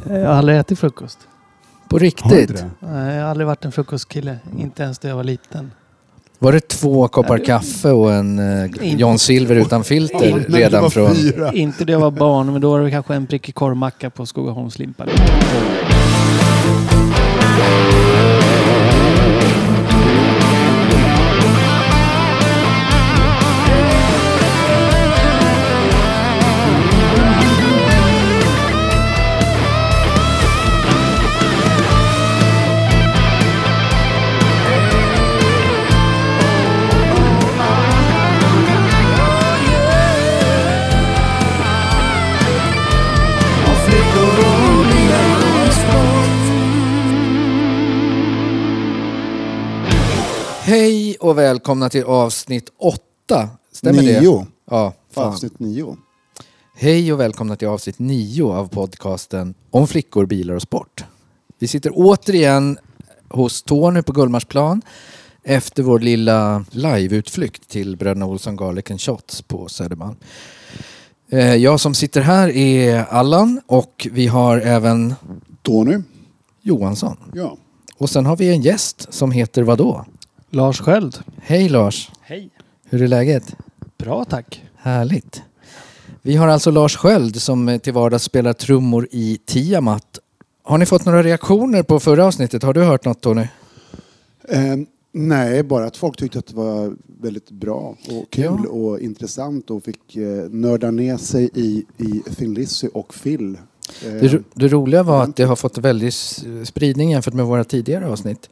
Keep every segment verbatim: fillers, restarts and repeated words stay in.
Jag har aldrig ätit frukost. På riktigt? Nej, jag har aldrig varit en frukostkille. Inte ens när jag var liten. Var det två koppar Nej, kaffe och en uh, John Silver utan filter ja, redan från... Fyra. Inte det jag var barn, men då var det kanske en prickig korvmacka på Skogaholmslimpa. Hej och välkomna till avsnitt åtta. Stämmer nio. det? Nio. Ja, fan. Avsnitt nio. Hej och välkomna till avsnitt nio av podcasten om flickor, bilar och sport. Vi sitter återigen hos Tony på Gullmarsplan efter vår lilla liveutflykt till Bröderna Olsson Garlic and Shots på Södermalm. Jag som sitter här är Allan och vi har även Tony Johansson. Ja. Och sen har vi en gäst som heter vadå? Lars Sköld. Hej Lars. Hej. Hur är läget? Bra, tack. Härligt. Vi har alltså Lars Sköld som till vardags spelar trummor i Tiamat. Har ni fått några reaktioner på förra avsnittet? Har du hört något, Tony? Eh, nej, bara att folk tyckte att det var väldigt bra och kul Ja. och intressant och fick eh, nörda ner sig i, i Thin Lizzy och Phil. Eh, Det, det roliga var att det har fått väldigt spridning jämfört med våra tidigare avsnitt.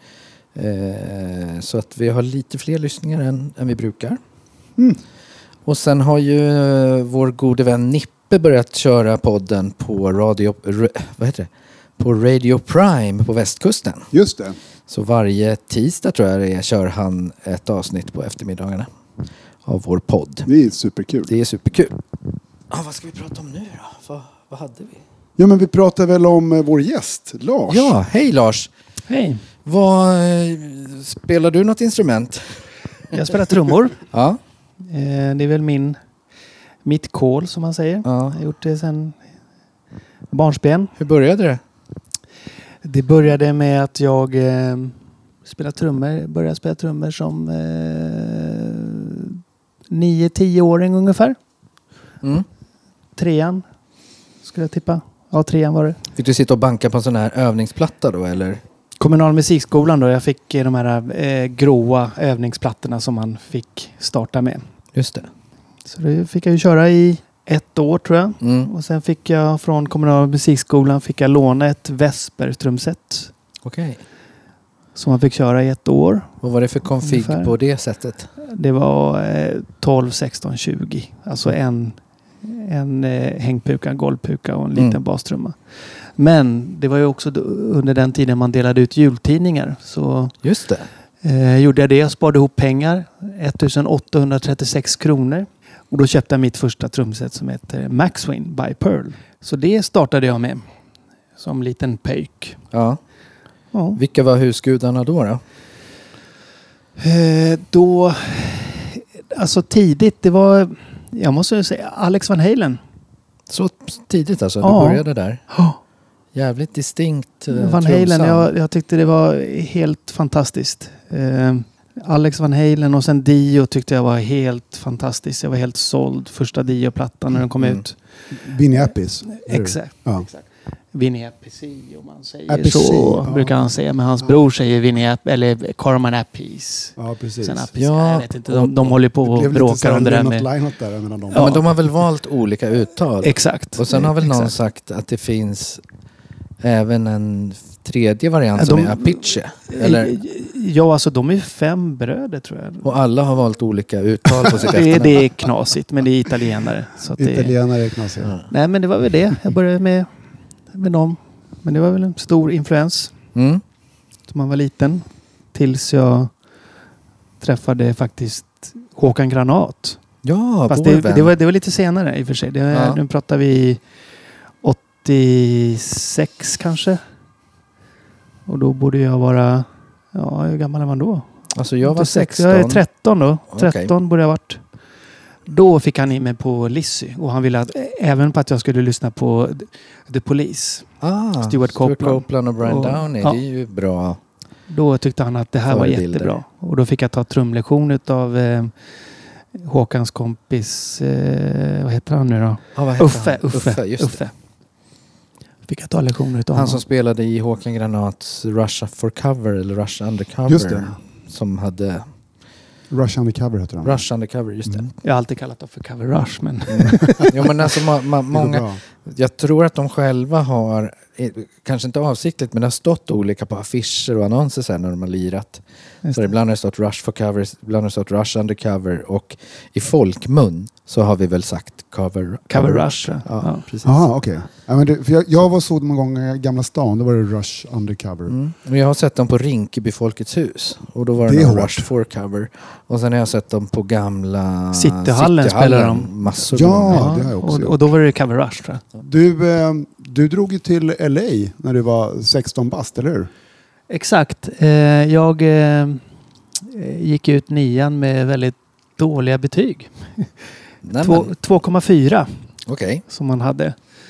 Eh, så att vi har lite fler lyssningar än, än vi brukar. Mm. Och sen har ju eh, vår gode vän Nippe börjat köra podden på radio, r, vad heter det? På Radio Prime på västkusten. Just det. Så varje tisdag tror jag det är, kör han ett avsnitt på eftermiddagarna av vår podd. Det är superkul. Det är superkul. Ah, vad ska vi prata om nu då? Vad, vad hade vi? Ja, men vi pratar väl om eh, vår gäst, Lars. Ja, hej Lars. Hej. Vad, eh, spelar du något instrument? Jag spelar trummor. Ja. Eh, det är väl min mitt kål som man säger. Ja. Jag har gjort det sedan barnsben. Hur började det? Det började med att jag eh, spelade trummor. Började spela trummor som eh, nio tio-åring ungefär. Mm. Trean skulle jag tippa. Ja, trean var det. Fick du sitta och banka på en sån här övningsplatta då, eller? Kommunal musikskolan då. Jag fick eh, de här eh, gråa övningsplattorna som man fick starta med. Just det. Så det fick jag ju köra i ett år tror jag. Mm. Och sen fick jag från kommunala musikskolan fick jag låna ett Vesper-trumset. Okej. Som man fick köra i ett år. Vad var det för config Ungefär. på det sättet? Det var eh, tolv, sexton, tjugo. Alltså en, en eh, hängpuka, en golvpuka och en liten Mm. bastrumma. Men det var ju också då, under den tiden man delade ut jultidningar. Så Just det. eh, gjorde jag det. Jag sparade ihop pengar. ettusenåttahundratrettiosex kronor. Och då köpte jag mitt första trumset som heter Maxwin by Pearl. Så det startade jag med. Som liten pöjk. Ja. Ja. Vilka var husgudarna då då? Eh, då... Alltså tidigt, det var... Jag måste säga Alex Van Halen. Så tidigt alltså? Ja. Du började där? Oh. Jävligt distinkt eh, Van Halen, trumsound. jag, jag tyckte det var helt fantastiskt. Eh, Alex Van Halen och sen Dio tyckte jag var helt fantastiskt. Jag var helt såld första Dio-plattan när den kom Mm. ut. Vinnie Appice. Exakt. Ja. Exakt. Vinnie Appice om man säger Appice, så. ja. Brukar han säga. Men hans bror säger Vinnie Appice, eller Carmen Appice. Ja, precis. Sen Appice, Ja, jag vet inte. De, de håller på Det och blev lite bråkar så här om det där Lennart med... Leinholt där mellan dem. Ja, men de har väl valt olika uttal. Exakt. Och sen har väl någon Exakt. sagt att det finns även en tredje variant Ja, som de- är Apiche. Eller, Ja, alltså de är fem bröder tror jag. och alla har valt olika uttal på sitt Det är, efternamn. det är knasigt, men det är italienare. Så att det, Italienare är knasiga. Ja. nej, men det var väl det. Jag började med, med dem. Men det var väl en stor influens Mm. som man var liten. Tills jag träffade faktiskt Håkan Granat. Ja, Fast vår det, vän. det, var, det var lite senare i och för sig. Det, Ja. Nu pratar vi åttiosex kanske. Och då borde jag vara... Ja, hur gammal är man då? Alltså jag var åttiosex. sexton. Jag är tretton då. Okej. tretton borde jag ha varit. Då fick han in mig på Lizzy. Och han ville att, även på att jag skulle lyssna på The Police. Ah, Stuart Copeland. Copeland och Brian Och- Downey. ja. Det är ju bra. Då tyckte han att det här var Förebilder. jättebra. Och då fick jag ta trumlektion av eh, Håkans kompis, eh, vad heter han nu då? Ah, vad heter Uffe. han? Uffe. Uffe, just det. Uffe. Fick jag ta lektioner utav Han honom. som spelade i Håkan Granats Russia for cover eller Russia undercover. Just det. Som hade Rush Undercover heter han. Rush undercover, just det. Mm. Jag har alltid kallat dem för Cover Rush, men Jo, men alltså ma- ma- Det går många, bra. jag tror att de själva har, eh, kanske inte avsiktligt, men det har stått olika på affischer och annonser sen när de har lirat. Just Så det. ibland har det stått Rush for cover, ibland har det stått Rush undercover och i folkmun så har vi väl sagt cover, Cover Rush. Ja. Ja, Ja. precis. Jaha, okej. Ja, men det- för jag, jag var så många gånger i Gamla stan, då var det Rush Undercover. Mm. Men jag har sett dem på Rinkeby Folkets hus och då var det, Det är någon hårt. Rush for cover. Och sen har jag sett dem på gamla Cityhallen spelar de. massor Ja, gånger. det har jag också och, gjort. och då var det Cover Rush, tror jag. Du, eh, du drog ju till L A när du var sexton bast, eller hur? Exakt. Eh, jag eh, gick ut nian med väldigt dåliga betyg. Nej, Två- men, två komma fyra Okej. som man hade.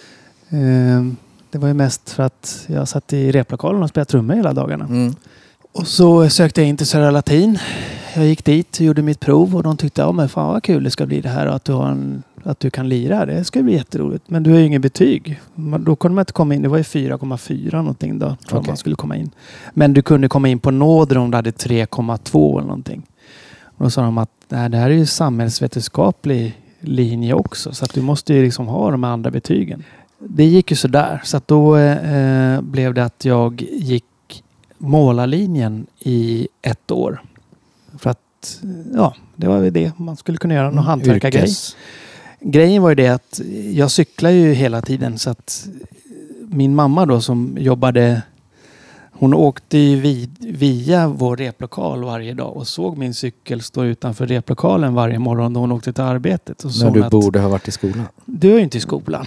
Eh, det var ju mest för att jag satt i replokalen och spelade trummor hela dagarna. Mm. Och så sökte jag in till Södra Latin. Jag gick dit och gjorde mitt prov och de tyckte, ja men fan vad kul det ska bli det här och att du, har en, att du kan lira. Det ska bli jätteroligt. Men du har ju ingen betyg. Man, då kunde man inte komma in. Det var ju fyra komma fyra någonting då. Tror jag Okej. man skulle komma in. Men du kunde komma in på nåder om du hade tre komma två eller någonting. Och då sa de att nej, det här är ju samhällsvetenskaplig linje också. Så att du måste ju liksom ha de andra betygen. Det gick ju sådär. Så att då eh, blev det att jag gick målarlinjen i ett år. För att, ja, det var ju det man skulle kunna göra. Någon hantverkargrej. Yrkes. Grejen var ju det att jag cyklar ju hela tiden så att min mamma då som jobbade, hon åkte ju vid, via vår replokal varje dag och såg min cykel stå utanför replokalen varje morgon då hon åkte till arbetet. Och När såg du att, borde ha varit i skolan. du är ju inte i skolan.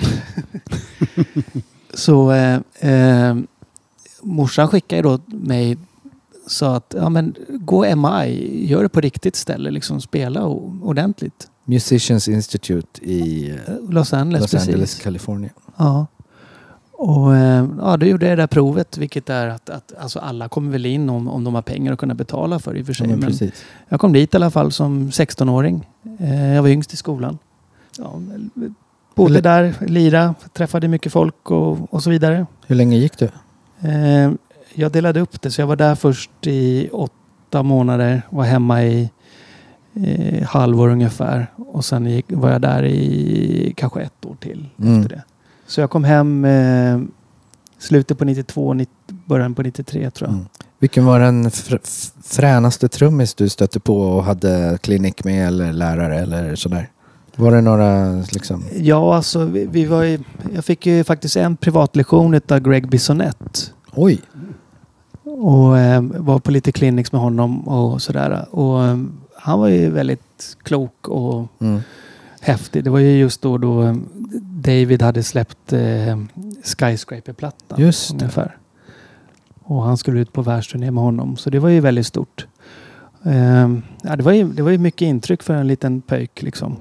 Så eh, eh, morsan skickade då mig, sa att ja, men gå M I, gör det på riktigt ställe, liksom spela o- ordentligt. Musicians Institute i eh, Los Angeles, Los precis. Angeles, Kalifornien. Ja. Och eh, ja, då gjorde jag det där provet, vilket är att, att alltså alla kommer väl in om, om de har pengar att kunna betala för i och för Ja, sig. men men precis. jag kom dit i alla fall som sexton-åring. Eh, jag var yngst i skolan. Ja, bodde Eller- där, lira, träffade mycket folk och, och så vidare. Hur länge gick du? Eh, jag delade upp det, så jag var där först i åtta månader, var hemma i eh, halvår ungefär. Och sen gick, var jag där i kanske ett år till Mm. efter det. Så jag kom hem eh, slutet på nittiotvå, nittio, början på nittiotre tror jag. Mm. Vilken var den fr- f- fränaste trummis du stötte på och hade klinik med eller lärare eller sådär? Var det några liksom... Ja, alltså vi, vi var ju, jag fick ju faktiskt en privatlektion av Greg Bissonette. Oj! Och eh, var på lite clinics med honom och sådär. Och eh, han var ju väldigt klok och Mm. häftig. Det var ju just då då eh, David hade släppt eh, Skyscraper-plattan. Just det. ungefär. Och han skulle ut på världsturné med honom. Så det var ju väldigt stort. Eh, ja, det, var ju, det var ju mycket intryck för en liten pöjk liksom.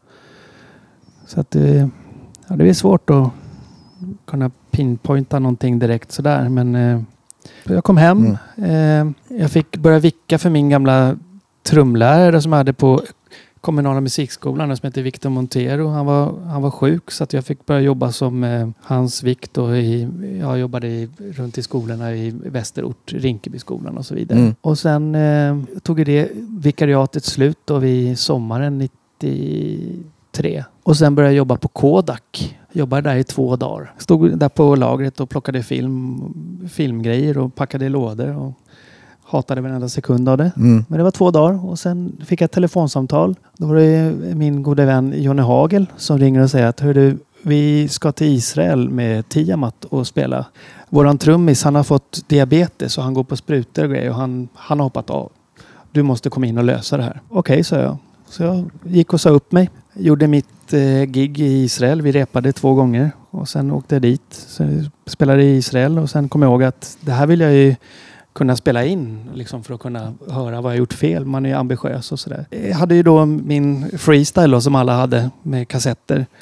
Så att det, ja, det är svårt att kunna pinpointa någonting direkt sådär. Men eh, jag kom hem. Eh, jag fick börja vicka för min gamla trumlärare som jag hade på kommunala musikskolan som heter Victor Montero. Han var, han var sjuk så att jag fick börja jobba som eh, hans vikt. Och i, jag jobbade i, runt i skolorna i Västerort, Rinkebyskolan och så vidare. Mm. Och sen eh, tog det vikariatet slut då vid sommaren nittiotre. Och sen började jag jobba på Kodak. Jobbade där i två dagar. Stod där på lagret och plockade film, filmgrejer och packade i lådor. Och hatade varenda sekund av det. Mm. Men det var två dagar och sen fick jag ett telefonsamtal. Då var det min gode vän Jonny Hagel som ringer och säger att hördu, vi ska till Israel med Tiamat och spela. Våran trummis, han har fått diabetes och han går på sprutor och grejer och han, han har hoppat av. Du måste komma in och lösa det här. Okej, okay, sa jag. Så jag gick och sa upp mig. Gjorde mitt eh, gig i Israel. Vi repade två gånger och sen åkte jag dit. Så jag spelade i Israel och sen kom jag ihåg att det här vill jag ju kunna spela in liksom för att kunna höra vad jag gjort fel. Man är ju ambitiös och sådär. Jag hade ju då min freestyle då, som alla hade med kassetter.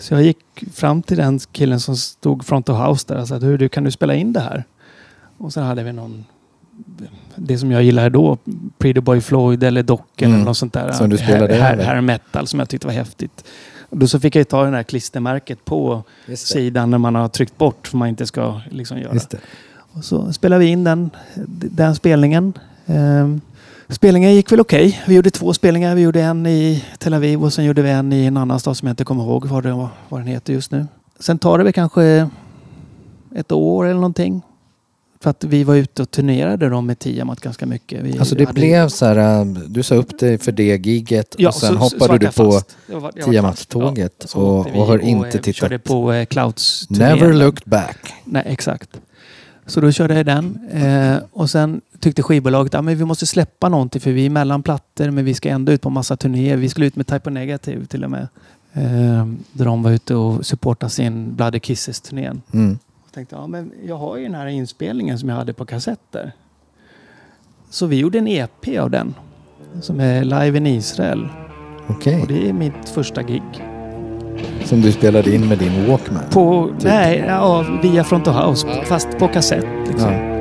Så jag gick fram till den killen som stod front of house där och sa, hur kan du spela in det här? Och sen hade vi någon, det som jag gillade då, Pretty Boy Floyd eller Dock mm. eller något sånt där. Som du spelade här, här metal som jag tyckte var häftigt. Och då så fick jag ta det här klistermärket på sidan när man har tryckt bort för man inte ska liksom göra. Just det. Och så spelade vi in den, den spelningen. Ehm, spelningen gick väl okej. Okay. Vi gjorde två spelningar. Vi gjorde en i Tel Aviv och sen gjorde vi en i en annan stad som jag inte kommer ihåg vad, det var, vad den heter just nu. Sen tar det väl kanske ett år eller någonting. För att vi var ute och turnerade då med Tiamat ganska mycket. Vi alltså det hade... blev så här, du sa upp dig för det gigget ja, och sen så, hoppade du på Tiamat-tåget ja, och, och, och har inte och, tittat. Körde på eh, Clouds Never looked back. Nej, exakt. Så då körde jag den. Eh, och sen tyckte skivbolaget att ah, vi måste släppa någonting för vi är mellan plattor men vi ska ändå ut på massa turnéer. Vi skulle ut med Type O Negative till och med. Eh, där de var ute och supportade sin Bloody Kisses-turnén. Mm. Jag tänkte, ja men jag har ju den här inspelningen som jag hade på kassetter. Så vi gjorde en E P av den. Som är Live in Israel. Okej. Okay. Och det är mitt första gig. Som du spelade in med din Walkman? På, typ. Nej, ja, via Front of House. Ja. Fast på kassett liksom. Ja.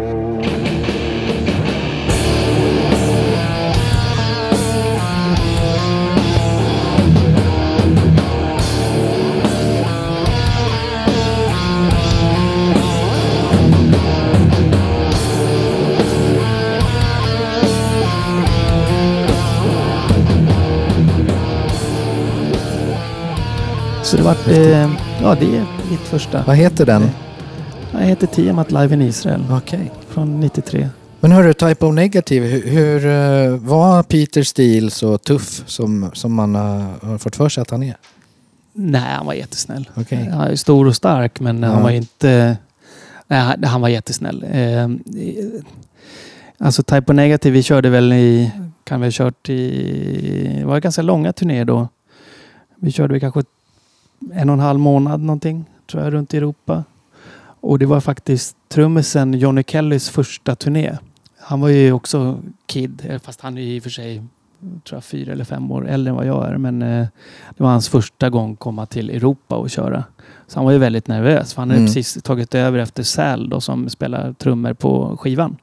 Så det var eh, ja det är mitt första. Vad heter den? Jag heter Tiamat Live in Israel. Okej. Okay. Från nittiotre. Men hörru, Type O Negative, hur, hur uh, var Peter Steele så tuff som, som man uh, har fått för sig att han är? Nej, han var jättesnäll. Okay. Han är stor och stark men ja. han var inte... Nej, han var jättesnäll. Eh, alltså Type O Negative, vi körde väl i... Kan vi ha kört i... Det var ganska långa turnéer då. Vi körde väl kanske en och en halv månad någonting, tror jag, runt i Europa. Och det var faktiskt trummisen Johnny Kellys första turné. Han var ju också kid, fast han är ju i och för sig tror jag, fyra eller fem år äldre än vad jag är. Men eh, det var hans första gång att komma till Europa och köra. Så han var ju väldigt nervös, för han hade mm. precis tagit över efter Sal då, som spelar trummor på skivan.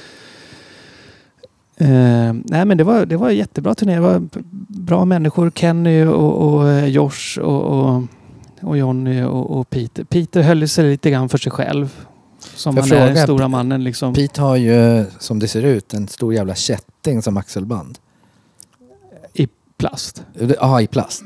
Uh, nej men det var, det var en jättebra turné. Det var bra människor. Kenny och, och Josh och, och, och Johnny och, och Peter. Peter höll sig lite grann för sig själv. Som han är den stora mannen liksom. Pete har ju, som det ser ut, en stor jävla kätting som axelband. I plast. Ja, i plast.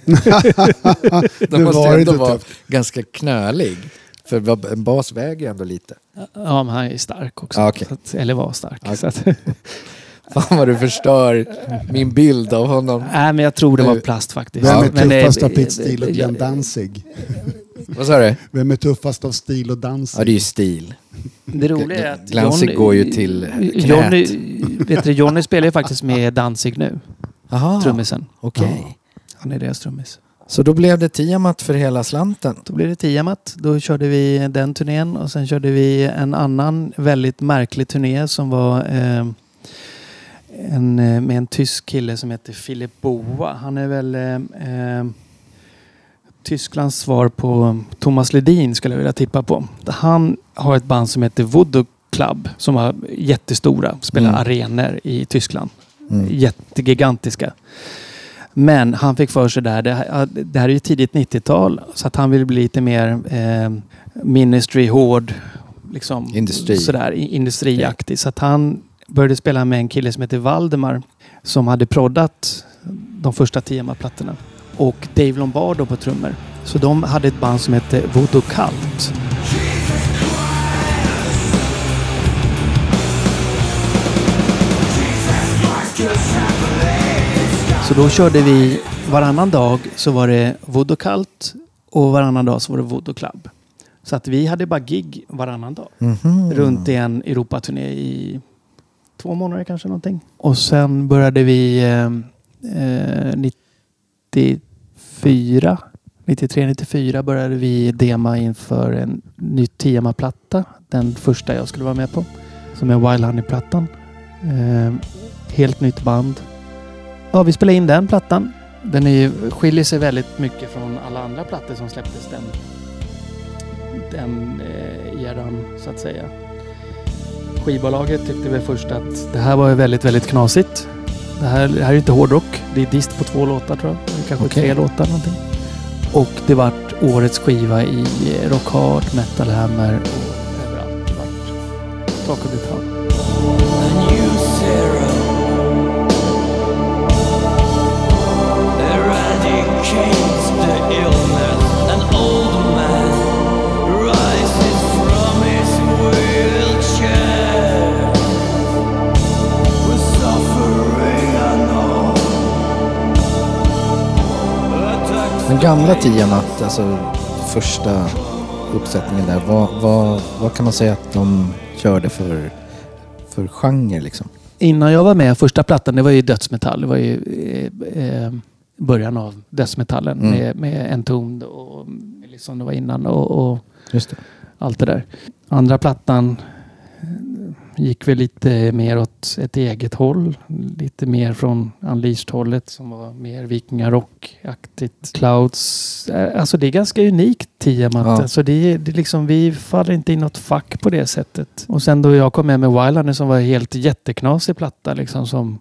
De måste ändå vara ganska knölig. För en bas väger ändå lite. Ja, men han är stark också. Ah, okay. Så att, eller var stark. Okay. Så att fan vad du förstör min bild av honom. Nej, men jag tror det var plast faktiskt. Vem är men tuffast av Pete Steele och Glenn Danzig? Vad sa du? Vem är tuffast av Steele och Danzig? Ja, det är ju Steele. Det roliga är att Danzig Johnny, går ju till knät. Johnny, vet du, Johnny spelar ju faktiskt med Danzig nu. Aha, trummisen. Okej. Okay. Ja, han är deras trummis. Så då blev det Tiamat för hela slanten? Då blev det Tiamat. Då körde vi den turnén och sen körde vi en annan väldigt märklig turné som var eh, en, med en tysk kille som heter Philip Boa. Han är väl eh, Tysklands svar på Thomas Ledin skulle jag vilja tippa på. Han har ett band som heter Voodoo Club som var jättestora. Spelar mm. arenor i Tyskland. Mm. Jättegigantiska. Men han fick för sig där, det här, det här är ju tidigt nittiotal, så att han ville bli lite mer eh, ministry, hård, liksom, Industri. sådär, industriaktig. Så att han började spela med en kille som heter Valdemar som hade proddat de första Tiamat-plattorna. Och Dave Lombardo på trummor. Så de hade ett band som hette Voodoo Cult. Så då körde vi varannan dag så var det Voodoo Cult och varannan dag så var det Voodoo Club. Så att vi hade bara gig varannan dag. Mm-hmm. Runt i en Europaturné i två månader kanske någonting. Och sen började vi eh, nittiofyra, nittiotre nittiofyra började vi dema inför en ny Tiamat-platta. Den första jag skulle vara med på. Som är Wild Honey-plattan. Eh, helt nytt band. Ja, vi spelade in den plattan. Den är ju, skiljer sig väldigt mycket från alla andra plattor som släpptes den, den eh, eran så att säga. Skivbolaget tyckte väl först att det här var väldigt, väldigt knasigt. Det här, det här är inte hårdrock. Det är dist på två låtar tror jag. Eller kanske okay. tre låtar någonting. Och det vart årets skiva i Rock Hard, Metal Hammer och överallt. Det vart Talk of the Town. Den gamla Tiamat, alltså första uppsättningen där, vad, vad, vad kan man säga att de körde för, för genre liksom? Innan jag var med, första plattan, det var ju dödsmetall. Det var ju eh, eh, början av dödsmetallen mm. med, med Entombed och liksom det var innan och, och Just det. allt det där. Andra plattan gick väl lite mer åt ett eget håll. Lite mer från Unleashed-hållet som var mer vikingarock-aktigt. Clouds. Alltså det är ganska unikt Tiamat. Ja. Alltså det, det liksom, vi faller inte i något fack på det sättet. Och sen då jag kom med med Wildhunter som var helt jätteknasig platta liksom som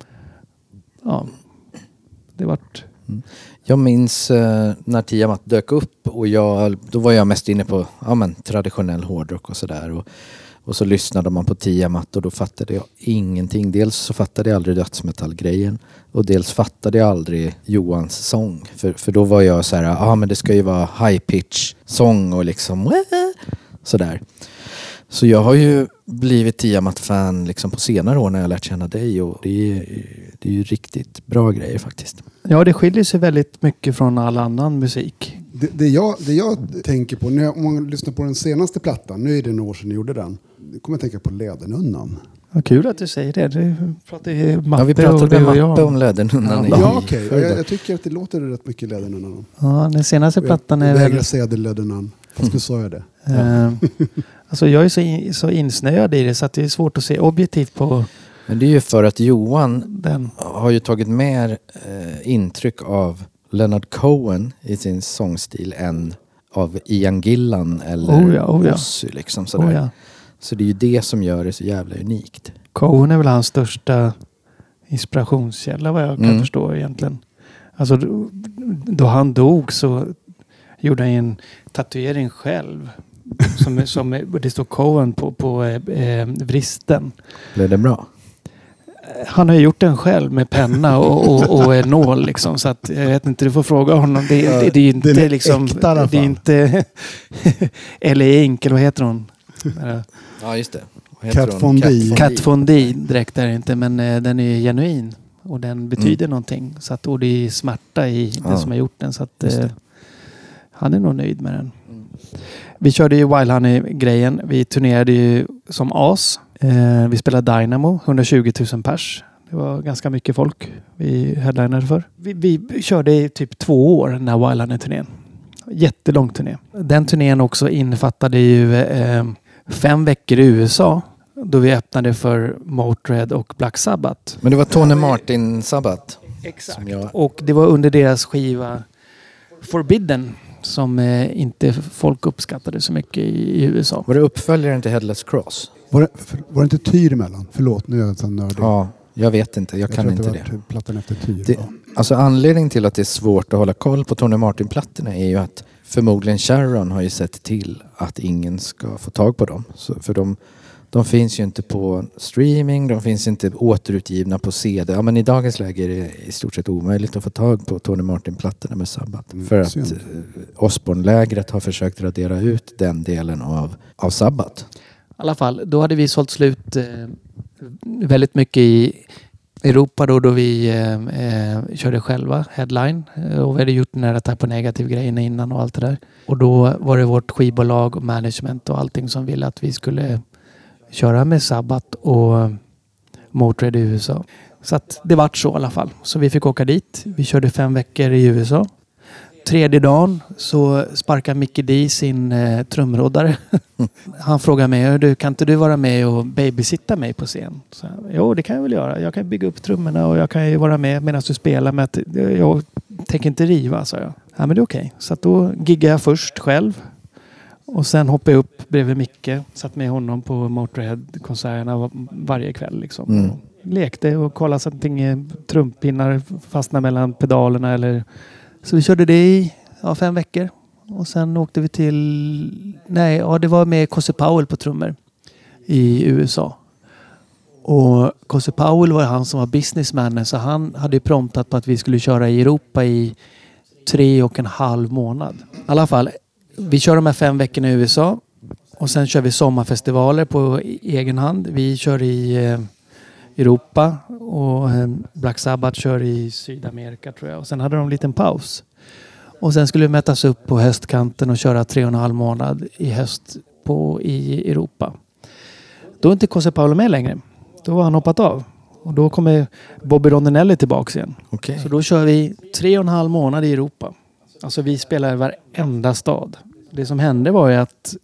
ja, det vart... Mm. Jag minns eh, när Tiamat dök upp och jag, då var jag mest inne på ja, men, traditionell hårdrock och sådär. Och Och så lyssnade man på Tiamat och då fattade jag ingenting. Dels så fattade jag aldrig dödsmetallgrejen. Och dels fattade jag aldrig Johans sång. För, för då var jag så här, ja ah, men det ska ju vara high pitch sång och liksom sådär. Så jag har ju blivit Tiamat-fan liksom på senare år när jag lärt känna dig. Och det är, det är ju riktigt bra grejer faktiskt. Ja, det skiljer sig väldigt mycket från all annan musik. Det, det, jag, det jag tänker på, när jag, om man lyssnar på den senaste plattan, nu är det några år sedan jag gjorde den, då kommer jag tänka på Lädernunnan. Vad kul att du säger det. Du pratar ju matte ja, vi pratade och matte om Lädernunnan. Ja, ja okej. Okay. Jag, jag tycker att det låter rätt mycket Lädernunnan. Ja, den senaste plattan är... Jag vägrar säga det Lädernunnan. Fast du sa jag det. Ja. Alltså jag är så, in, så insnöad i det så att det är svårt att se objektivt på... Men det är ju för att Johan den. har ju tagit mer eh, intryck av Leonard Cohen i sin sångstil än av Ian Gillan eller oh ja, oh ja. Ozzy liksom sådär. Oh ja. Så det är ju det som gör det så jävla unikt. Cohen är väl hans största inspirationskälla vad jag kan mm. förstå egentligen. Alltså då, då han dog så gjorde han en tatuering själv. Som, som det står Cohen på, på eh, vristen. Blev det bra? Han har gjort den själv med penna och, och, och en nål liksom, så att jag vet inte, du får fråga honom. Det, det, det är inte det är liksom äkta, det är inte L A Ink, eller vad heter hon? Ja, just det. Kat Von D. Kat Von D direkt är det inte, men uh, den är genuin och den betyder mm. någonting, så att och det är smärta i ja. den som har gjort den, så att uh, han är nog nöjd med den. Mm. Vi körde ju Wild Honey-grejen. Vi turnerade ju som as. Eh, vi spelade Dynamo, hundratjugo tusen pers. Det var ganska mycket folk vi headlinade för. Vi, vi körde i typ två år den här Wild Honey-turnén. Jättelång turné. Den turnén också innefattade ju eh, fem veckor i U S A. Då vi öppnade för Motörhead och Black Sabbath. Men det var Tony Martin Sabbath. Exakt. Jag... Och det var under deras skiva Forbidden. Som eh, inte folk uppskattade så mycket i, i U S A. Var det uppföljaren till Headless Cross? Var det, för, var det inte Tyr emellan? Förlåt, nu är jag så nördig. Ja, jag vet inte. Jag, jag kan inte det. det. Plattan efter Tyr. Det, alltså anledningen till att det är svårt att hålla koll på Tony Martin-plattorna är ju att förmodligen Sharon har ju sett till att ingen ska få tag på dem. Så, för de, de finns ju inte på streaming, de finns inte återutgivna på C D. Ja, men i dagens läge är det i stort sett omöjligt att få tag på Tony Martin-plattorna med Sabbath. Mm, för att eh, Osbourne-lägret har försökt radera ut den delen av, av Sabbath. I alla fall, då hade vi sålt slut eh, väldigt mycket i Europa då, då vi eh, körde själva headline. Och vi hade gjort den här Type O Negative-grejen innan och allt det där. Och då var det vårt skivbolag och management och allting som ville att vi skulle köra med Sabbath och Motörhead i U S A. Så att det vart så i alla fall. Så vi fick åka dit. Vi körde fem veckor i U S A. tredje dagen så sparkar Mickey D sin eh, trumroddare. Han frågar mig, du, kan inte du vara med och babysitta mig på scen? Så, jo, det kan jag väl göra. Jag kan bygga upp trummorna och jag kan ju vara med medan du spelar. Men att, jag tänker inte riva, sa jag. Ja, men det är okej. Så att då giggade jag först själv. Och sen hoppade jag upp bredvid Micke. Satt med honom på Motorhead-konserterna varje kväll. Liksom. Mm. Och lekte och kollade så att inga trumpinnar fastnade mellan pedalerna. Eller... Så vi körde det i ja, fem veckor. Och sen åkte vi till... Nej, ja, det var med Cosse Powell på trummor i U S A. Och Cosse Powell var han som var businessmannen. Så han hade ju promptat på att vi skulle köra i Europa i tre och en halv månad. I alla fall, vi kör de här fem veckorna i U S A. Och sen kör vi sommarfestivaler på egen hand. Vi kör i eh, Europa. Och eh, Black Sabbath kör i Sydamerika, tror jag. Och sen hade de en liten paus. Och sen skulle vi mötas upp på höstkanten och köra tre och en halv månad i höst på, i Europa. Då är inte Cosse Paolo med längre. Då har han hoppat av. Och då kommer Bobby Rondinelli tillbaka igen. Okay. Så då kör vi tre och en halv månad i Europa. Alltså vi spelar i varenda stad. Det som hände var ju att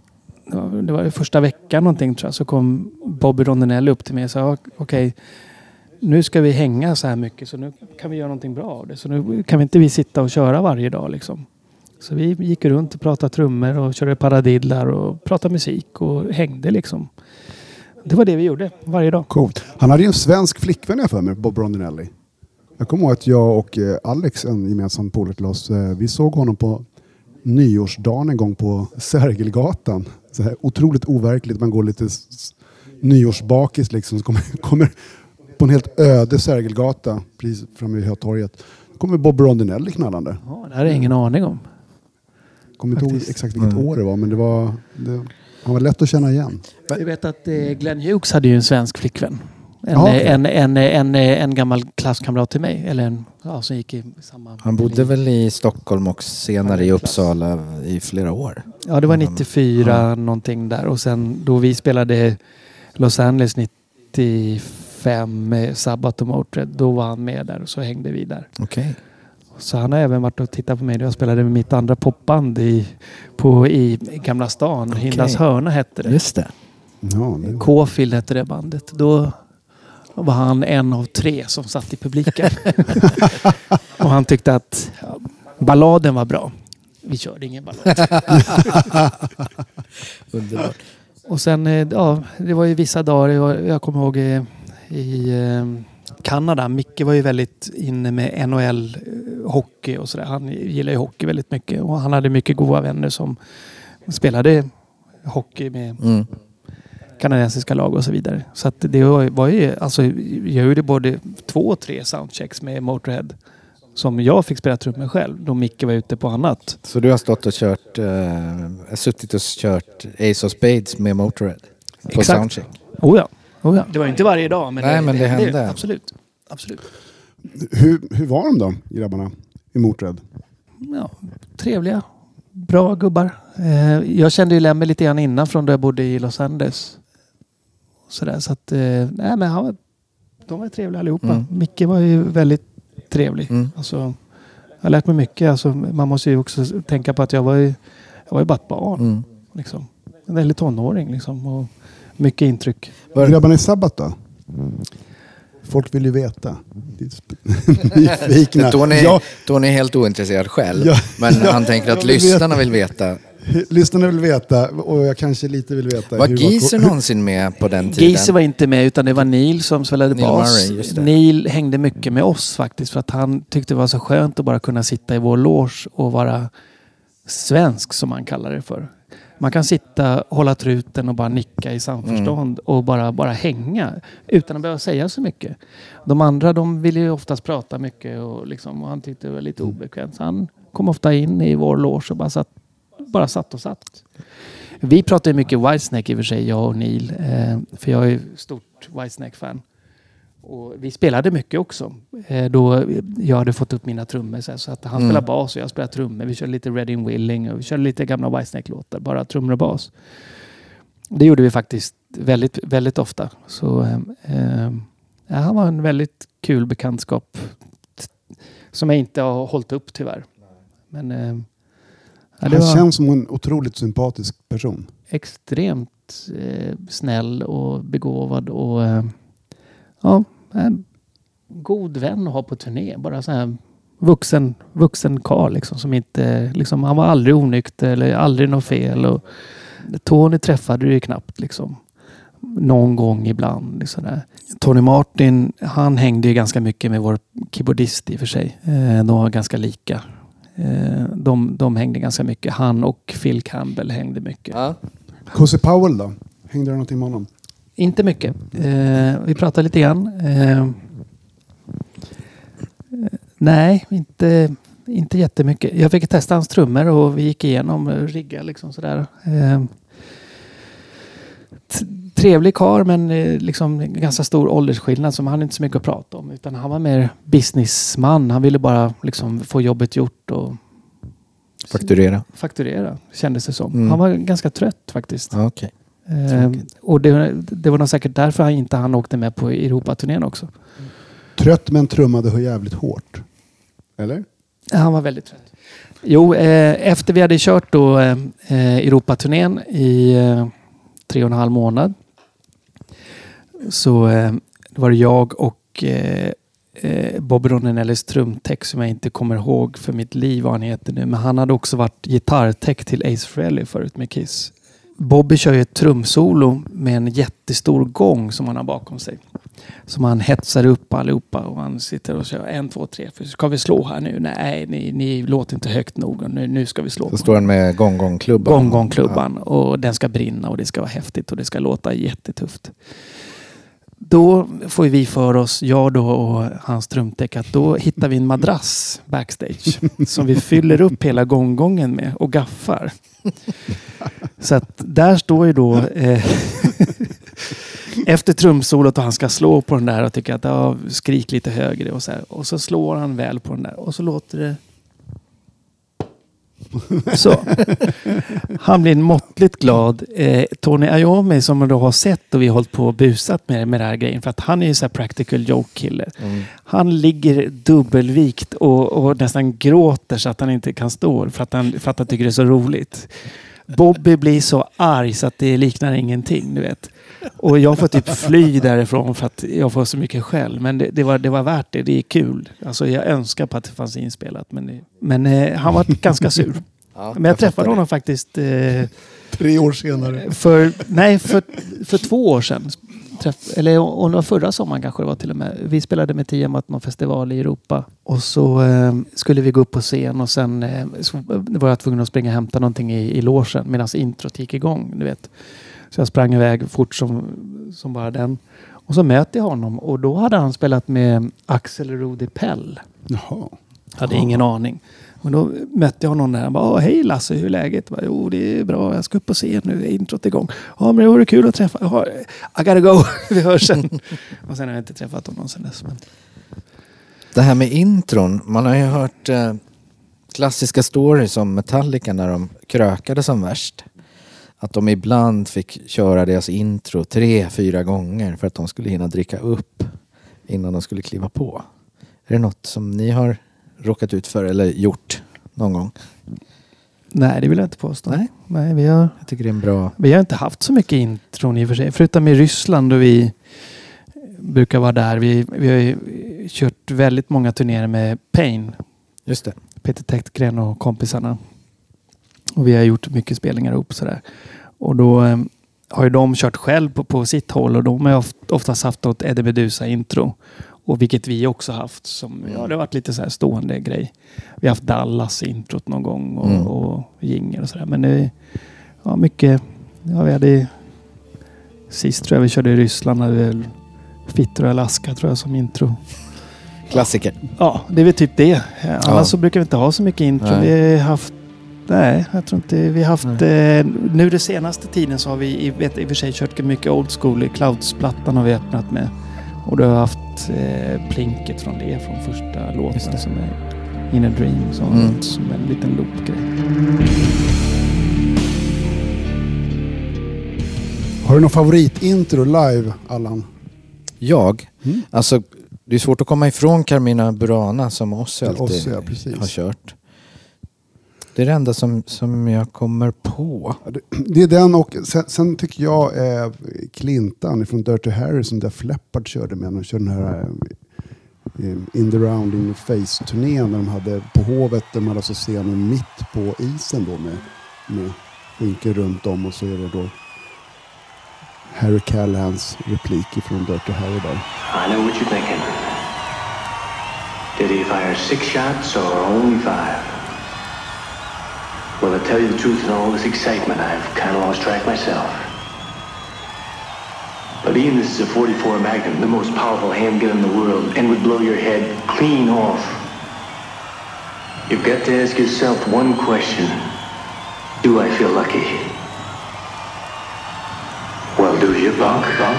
det var första veckan någonting, tror jag, så kom Bobby Rondinelli upp till mig och sa okej, okay, nu ska vi hänga så här mycket så nu kan vi göra någonting bra av det. Så nu kan vi inte vi sitta och köra varje dag liksom. Så vi gick runt och pratade trummor och körde paradidlar och pratade musik och hängde liksom. Det var det vi gjorde varje dag. Coolt. Han hade ju en svensk flickvän jag för mig, Bob Rondinelli. Jag kommer ihåg att jag och Alex, en gemensam polare till oss, vi såg honom på nyårsdagen en gång på Sergelgatan. Så här otroligt overkligt. Man går lite nyårsbakis liksom. Så kommer, kommer på en helt öde Sergelgata precis framme vid Hötorget. Då kommer Bob Rondinelli knallande. Ja, det här är ingen aning om. Kommer inte ihåg exakt vilket mm. år det var, men det var, det, han var lätt att känna igen. Jag vet att eh, Glenn Hughes hade ju en svensk flickvän. En, Aha, okay. en, en, en, en gammal klasskamrat till mig. Eller en, ja, som gick i samma... Han bodde väl i Stockholm och senare i Uppsala i flera år. Ja, det var nittiofyra ja. Någonting där. Och sen då vi spelade Los Angeles nittiofem med Sabbath och Motörhead, då var han med där och så hängde vi där. Okej. Okay. Så han har även varit och tittat på mig. Jag spelade med mitt andra popband i, på, i Gamla stan. Okay. Hindas hörna hette det. Just det. Ja, det... K-Field hette det bandet. Då var han en av tre som satt i publiken. Och han tyckte att ja, balladen var bra. Vi körde ingen ballad. Underbart. Och sen, ja, det var ju vissa dagar, jag, jag kommer ihåg i, i Kanada. Micke var ju väldigt inne med N H L-hockey och sådär. Han gillar ju hockey väldigt mycket. Och han hade mycket goda vänner som spelade hockey med mm. kanadensiska lag och så vidare. Så att det var, var ju, alltså jag gjorde både två och tre soundchecks med Motorhead som jag fick spela trummor själv då Micke var ute på annat. Så du har stått och kört, uh, suttit och kört Ace of Spades med Motorhead på Exakt. soundcheck? Oh ja. Oh ja. Det var inte varje dag, men, Nej, det, men det, det hände. Det, absolut. absolut. Hur, hur var de då, grabbarna i Motorhead? Ja, trevliga. Bra gubbar. Eh, jag kände ju Lemmy lite grann innan från då jag bodde i Los Angeles. Sådär, så att, eh, nej men han var, de var trevliga allihopa. Mm. Micke var ju väldigt trevlig. Mm. Alltså, jag har lärt mig mycket. Alltså, man måste ju också tänka på att jag var ju, jag var ju bara ett barn. Mm. Liksom. En väldigt tonåring liksom. Och mycket intryck. Grabbarna i Sabbath då? Folk vill ju veta. Nyfikna. Tony, ja. Tony är helt ointresserad själv. Ja. Men ja. han tänker att lyssnarna vill veta. Lyssnarna vill veta och jag kanske lite vill veta. Var Geezer var... någonsin med på den tiden? Geezer var inte med utan det var Neil som spelade Neil bas. Murray, Neil hängde mycket med oss faktiskt för att han tyckte det var så skönt att bara kunna sitta i vår loge och vara svensk som man kallar det för. Man kan sitta, hålla truten och bara nicka i samförstånd mm. och bara, bara hänga utan att behöva säga så mycket. De andra de ville ju oftast prata mycket och, liksom, och han tyckte det var lite obekvämt. Så han kom ofta in i vår loge och bara satt, bara satt och satt. Vi pratade mycket Whitesnake i och för sig, jag och Neil. Eh, för jag är stort Whitesnake-fan. Och vi spelade mycket också. Eh, då jag hade fått upp mina trummor. Så, så att han mm. spelade bas och jag spelade trummor. Vi körde lite Reading Willing och vi körde lite gamla Whitesnake-låtar. Bara trummor och bas. Det gjorde vi faktiskt väldigt, väldigt ofta. Så eh, ja, han var en väldigt kul bekantskap. Som jag inte har hållit upp tyvärr. Men eh, ja, Han det var känns som en otroligt sympatisk person. extremt eh, snäll och begåvad och eh, ja, en god vän att ha på turné. Bara så här vuxen, vuxen karl liksom, som inte, liksom, han var aldrig onykter eller aldrig något fel. Och Tony träffade ju knappt liksom. Någon gång ibland. Liksom där. Tony Martin, han hängde ju ganska mycket med vår keyboardist i och för sig. Eh, de var ganska lika. Eh, de, de hängde ganska mycket. Han och Phil Campbell hängde mycket. Ja. Cozy Powell då? Hängde det någonting med honom? Inte mycket. Eh, vi pratade lite grann. Eh, eh, nej, inte, inte jättemycket. Jag fick testa hans trummor och vi gick igenom rigga liksom sådär. Eh, t- trevlig karl, men eh, liksom ganska stor åldersskillnad som han inte så mycket att prata om. Utan han var mer businessman. Han ville bara liksom få jobbet gjort och Fakturera. fakturera, kändes det som. Mm. Han var ganska trött faktiskt. Ja, okej. Eh, och det, det var nog säkert därför han inte han åkte med på Europaturnén också. Trött men trummade hur jävligt hårt. Eller? Han var väldigt trött. Jo, eh, efter vi hade kört då eh, Europaturnén i eh, tre och en halv månad så eh, var det jag och eh, eh, Bob Ronninellis trumtech som jag inte kommer ihåg för mitt liv vad han heter nu. Men han hade också varit gitarrtech till Ace Frehley förut med Kiss. Bobby kör ju ett trumsolo med en jättestor gång som han har bakom sig. Som han hetsar upp allihopa och han sitter och kör en, två, tre. För ska vi slå här nu? Nej, ni, ni låter inte högt nog. Nu, nu ska vi slå. Så står han med gong-gong-klubban. Gong-gong-klubban. Och den ska brinna och det ska vara häftigt och det ska låta jättetufft. Då får vi för oss, jag då och hans trumtech, att då hittar vi en madrass backstage som vi fyller upp hela gånggången med och gaffar. Så att där står ju då eh, efter trumsolot och han ska slå på den där och tycker att ja, skrik lite högre och så här. Och så slår han väl på den där och så låter det så. Han blir måttligt glad. Eh, Tony Iommi som då har sett och vi har hållit på och busat med, med den här grejen för att han är ju så här practical joke-kille. Mm. Han ligger dubbelvikt och, och nästan gråter så att han inte kan stå för att han, för att han tycker det är så roligt. Bobby blir så arg så att det liknar ingenting, du vet. Och jag får typ fly därifrån för att jag får så mycket skäll. Men det, det, var, det var värt det. Det är kul. Alltså jag önskar på att det fanns inspelat. Men, men eh, han var ganska sur. Ja, men jag, jag träffade honom faktiskt... Eh, Tre år senare. För, nej, för, för två år sedan. Träff, eller och det var förra sommaren kanske det var till och med. Vi spelade med Tiamat någon festival i Europa. Och så eh, skulle vi gå upp på scen och sen eh, så var jag tvungen att springa och hämta någonting i, i logen medan introt gick igång, du vet. Så jag sprang iväg fort som, som bara den. Och så mötte jag honom och då hade han spelat med Axel Rudi Pell. Jaha. Hade ingen aning. Men då mötte jag honom där. Han bara, hej Lasse, hur är läget? Jag bara, jo, det är bra. Jag ska upp och se nu. Är introt igång. Ja, men det vore kul att träffa. Ja, I gotta go. Vi hörs sen. Och sen har jag inte träffat honom sen dess. Men... Det här med intron. Man har ju hört eh, klassiska stories om Metallica när de krökade som värst. Att de ibland fick köra deras intro tre, fyra gånger för att de skulle hinna dricka upp innan de skulle kliva på. Är det något som ni har råkat ut för eller gjort någon gång? Nej, det vill jag inte påstå. Nej, Nej vi, har, jag tycker det är en bra... vi har inte haft så mycket intron i och för sig. Förutom i Ryssland då vi brukar vara där. Vi, vi har ju kört väldigt många turnéer med Pain. Just det. Peter Täktgren och kompisarna. Och vi har gjort mycket spelningar ihop sådär. Och då eh, har ju de kört själv på, på sitt håll och de har oft, oftast haft något Eddie Meduza-intro. Och vilket vi också haft som, ja det har varit lite så här stående grej. Vi har haft Dallas-introt någon gång och, mm. och Jinger och sådär. Men det var mycket, ja vi hade sist tror jag vi körde i Ryssland hade vi Fitter och Alaska tror jag som intro. Klassiker. Ja, det är väl typ det. Annars ja. så brukar vi inte ha så mycket intro. Nej. Vi har haft Nej, jag tror inte vi har haft... Eh, nu den senaste tiden så har vi i, vet, i och för sig kört mycket old school. I Clouds-plattan har vi öppnat med. Och du har haft eh, plinket från det från första låten som är In a Dream. Som, mm. som en liten loop-grej. Har du någon favoritintro live, Allan? Jag? Mm. Alltså, det är svårt att komma ifrån Carmina Burana som Ozzy alltid Ozzy, ja, precis. har kört. Det är det enda som, som jag kommer på. Ja, det, det är den och sen, sen tycker jag eh, Clintan från Dirty Harry som där Fleppard körde med. De körde den här eh, In the Round in the Face-turnén när de hade på Hovet. De hade alltså scenen mitt på isen då med, med skinker runt om och så är det då Harry Callahans replik från Dirty Harry där. I know what you're thinking. Did he fire six shots or only five? Well, to tell you the truth, in all this excitement, I've kind of lost track myself. But Ian, this is a forty-four Magnum, the most powerful handgun in the world, and would blow your head clean off. You've got to ask yourself one question. Do I feel lucky? Well, do you, bunk, bunk?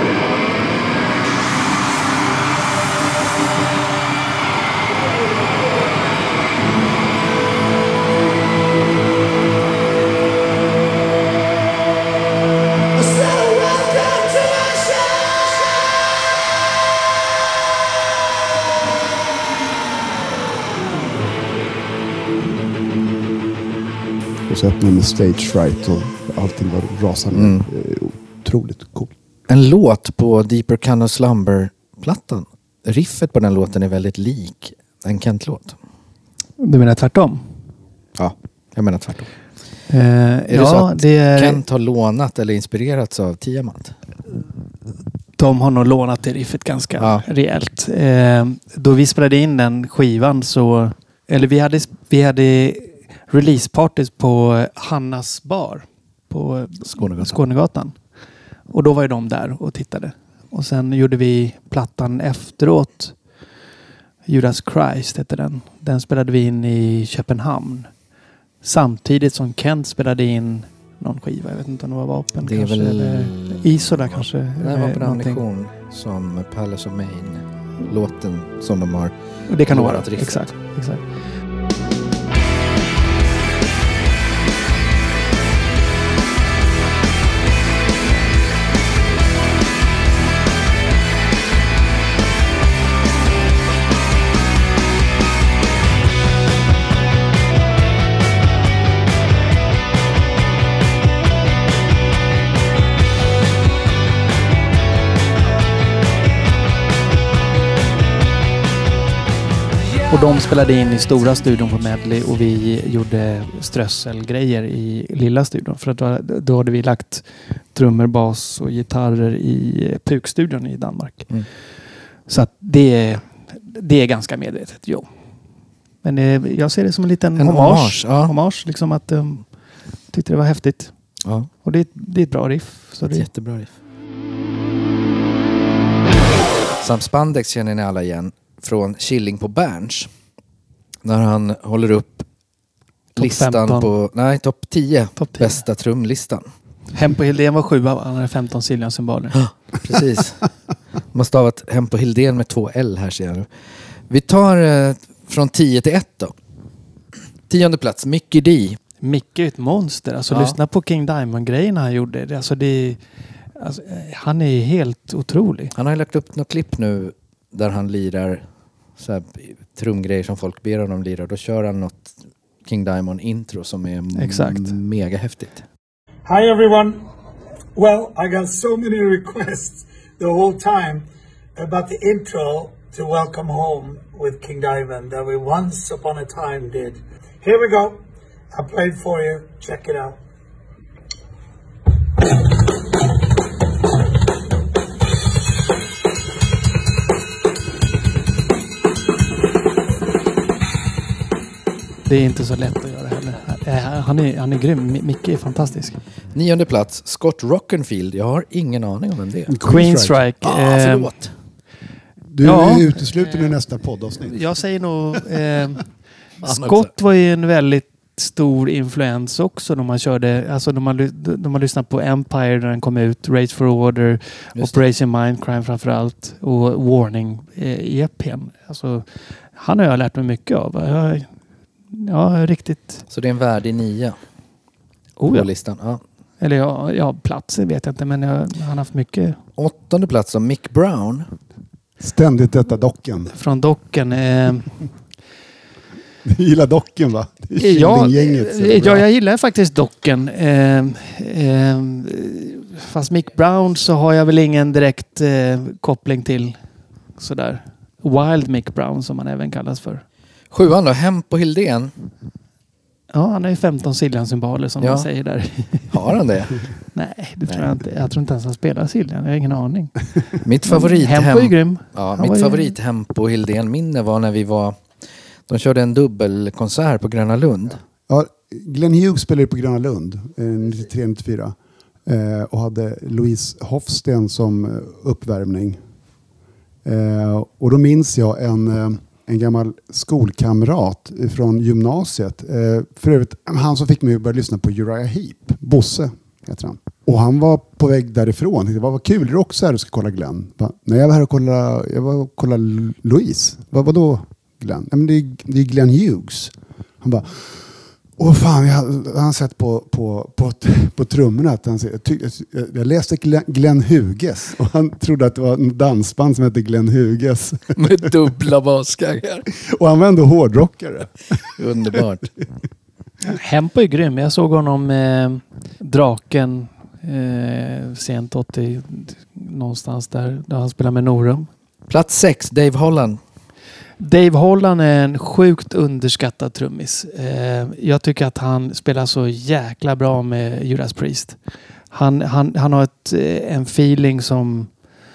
Och så öppnade med Stage Fright och allting var rasande. Mm. Otroligt coolt. En låt på Deeper Kind of Slumber-plattan. Riffet på den låten är väldigt lik en Kent-låt. Du menar tvärtom? Ja, jag menar tvärtom. Eh, är ja, det så att det är... Kent har lånat eller inspirerats av Tiamat? De har nog lånat det riffet ganska ja. rejält. Eh, då vi spelade in den skivan så... Eller vi hade, vi hade releasepartys på Hannas bar på Skånegatan. Skånegatan. Och då var ju de där och tittade. Och sen gjorde vi plattan efteråt. Judas Christ hette den. Den spelade vi in i Köpenhamn. Samtidigt som Kent spelade in någon skiva. Jag vet inte om det var vapen. Det är kanske, väl... Eller Isola kanske. Det var på ammunition som Palace of Maine. Låten som de har. Och det kan nog vara. Riffet. Exakt, exakt. Och de spelade in i stora studion på Medley och vi gjorde strösselgrejer i lilla studion. För att då, då hade vi lagt trummor, bas och gitarrer i Puk-studion i Danmark. Mm. Så att det, det är ganska medvetet, jo. Men det, jag ser det som en liten en hommage. hommage, ja. hommage liksom att um, tyckte det var häftigt. Ja. Och det, det är ett bra riff. Så det... Jättebra riff. Sam Spandex känner ni alla igen från Killing på Berns. När han håller upp top listan femton. På nej, topp tio, top tio bästa trumlistan. Hempo Hildén var sju, han hade femton Siljan-symboler. Ja, precis. Man har stavat Hempo Hildén med två L här ser jag nu. Vi tar eh, från tio till ett då. Tionde plats, Mickey D. Mickey är ett monster. Alltså ja. Lyssna på King Diamond-grejerna han gjorde. Alltså, det, alltså, han är helt otrolig. Han har lagt upp något klipp nu där han lirar så här trumgrejer som folk ber honom lira. Då kör han något King Diamond intro som är Exakt. M- mega häftigt. Hi everyone. Well, I got so many requests the whole time about the intro to Welcome Home with King Diamond that we once upon a time did. Here we go. I played for you. Check it out. Det är inte så lätt att göra heller. Han är, han är grym. Micke är fantastisk. Nionde plats, Scott Rockenfield. Jag har ingen aning om vem det är. Queenstrike. Ah, förlåt. Du ja, är utesluten i nästa poddavsnitt. Jag säger nog... Eh, Scott var ju en väldigt stor influens också när man körde... Alltså när man, när man lyssnade på Empire när den kom ut. Race for Order. Operation Mindcrime framförallt. Och Warning eh, E P:n. Alltså, han har jag lärt mig mycket av. Jag, ja, riktigt... Så det är en värdig nia oh, på ja. listan? Ja. Eller ja, ja, platser vet jag inte, men jag, han har haft mycket. Åttonde plats av Mick Brown. Ständigt detta docken. Från docken. Eh, Du gillar docken va? Det är Ja, Killinggänget, så det är ja, bra. jag gillar faktiskt docken. Eh, eh, fast Mick Brown så har jag väl ingen direkt eh, koppling till sådär. Wild Mick Brown som han även kallas för. Sjuan då, Hempo Hildén. Ja, han har ju femton Siljan-symboler som Ja. man säger där. Har han det? Nej, det tror jag inte. Jag tror inte ens han spelar Siljan. Jag har ingen aning. Mitt favorit Hempo är grym. Ja, Han mitt var ju- favorit Hempo Hildén minne var när vi var... De körde en dubbelkonsert på Gröna Lund. Ja, Glenn Hughes spelade på Gröna Lund eh, nittiotre nittiofyra eh, och hade Louise Hofsten som eh, uppvärmning. Eh, och då minns jag en, eh, en gammal skolkamrat från gymnasiet. Eh, för övrigt, han som fick mig att börja lyssna på Uriah Heep. Bosse heter han. Och han var på väg därifrån. Det var vad kul, är du också här och ska kolla Glenn? Va? Nej, jag var här och kolla, jag var och kolla Louise. Va, vadå Glenn? Ja, men det, är, det är Glenn Hughes. Han bara... Åh fan, jag har han sett på, på, på, på trummorna att han jag, tyck, jag, jag läste Glenn, Glenn Hughes och han trodde att det var en dansband som hette Glenn Hughes. Med dubbla baskaggar. Och han var ändå hårdrockare. Underbart. Hempo är grym. Jag såg honom eh, Draken eh, sent åttio någonstans där, där han spelar med Norum. Plats sex, Dave Holland. Dave Holland är en sjukt underskattad trummis. Eh, jag tycker att han spelar så jäkla bra med Judas Priest. Han, han, han har ett, eh, en feeling som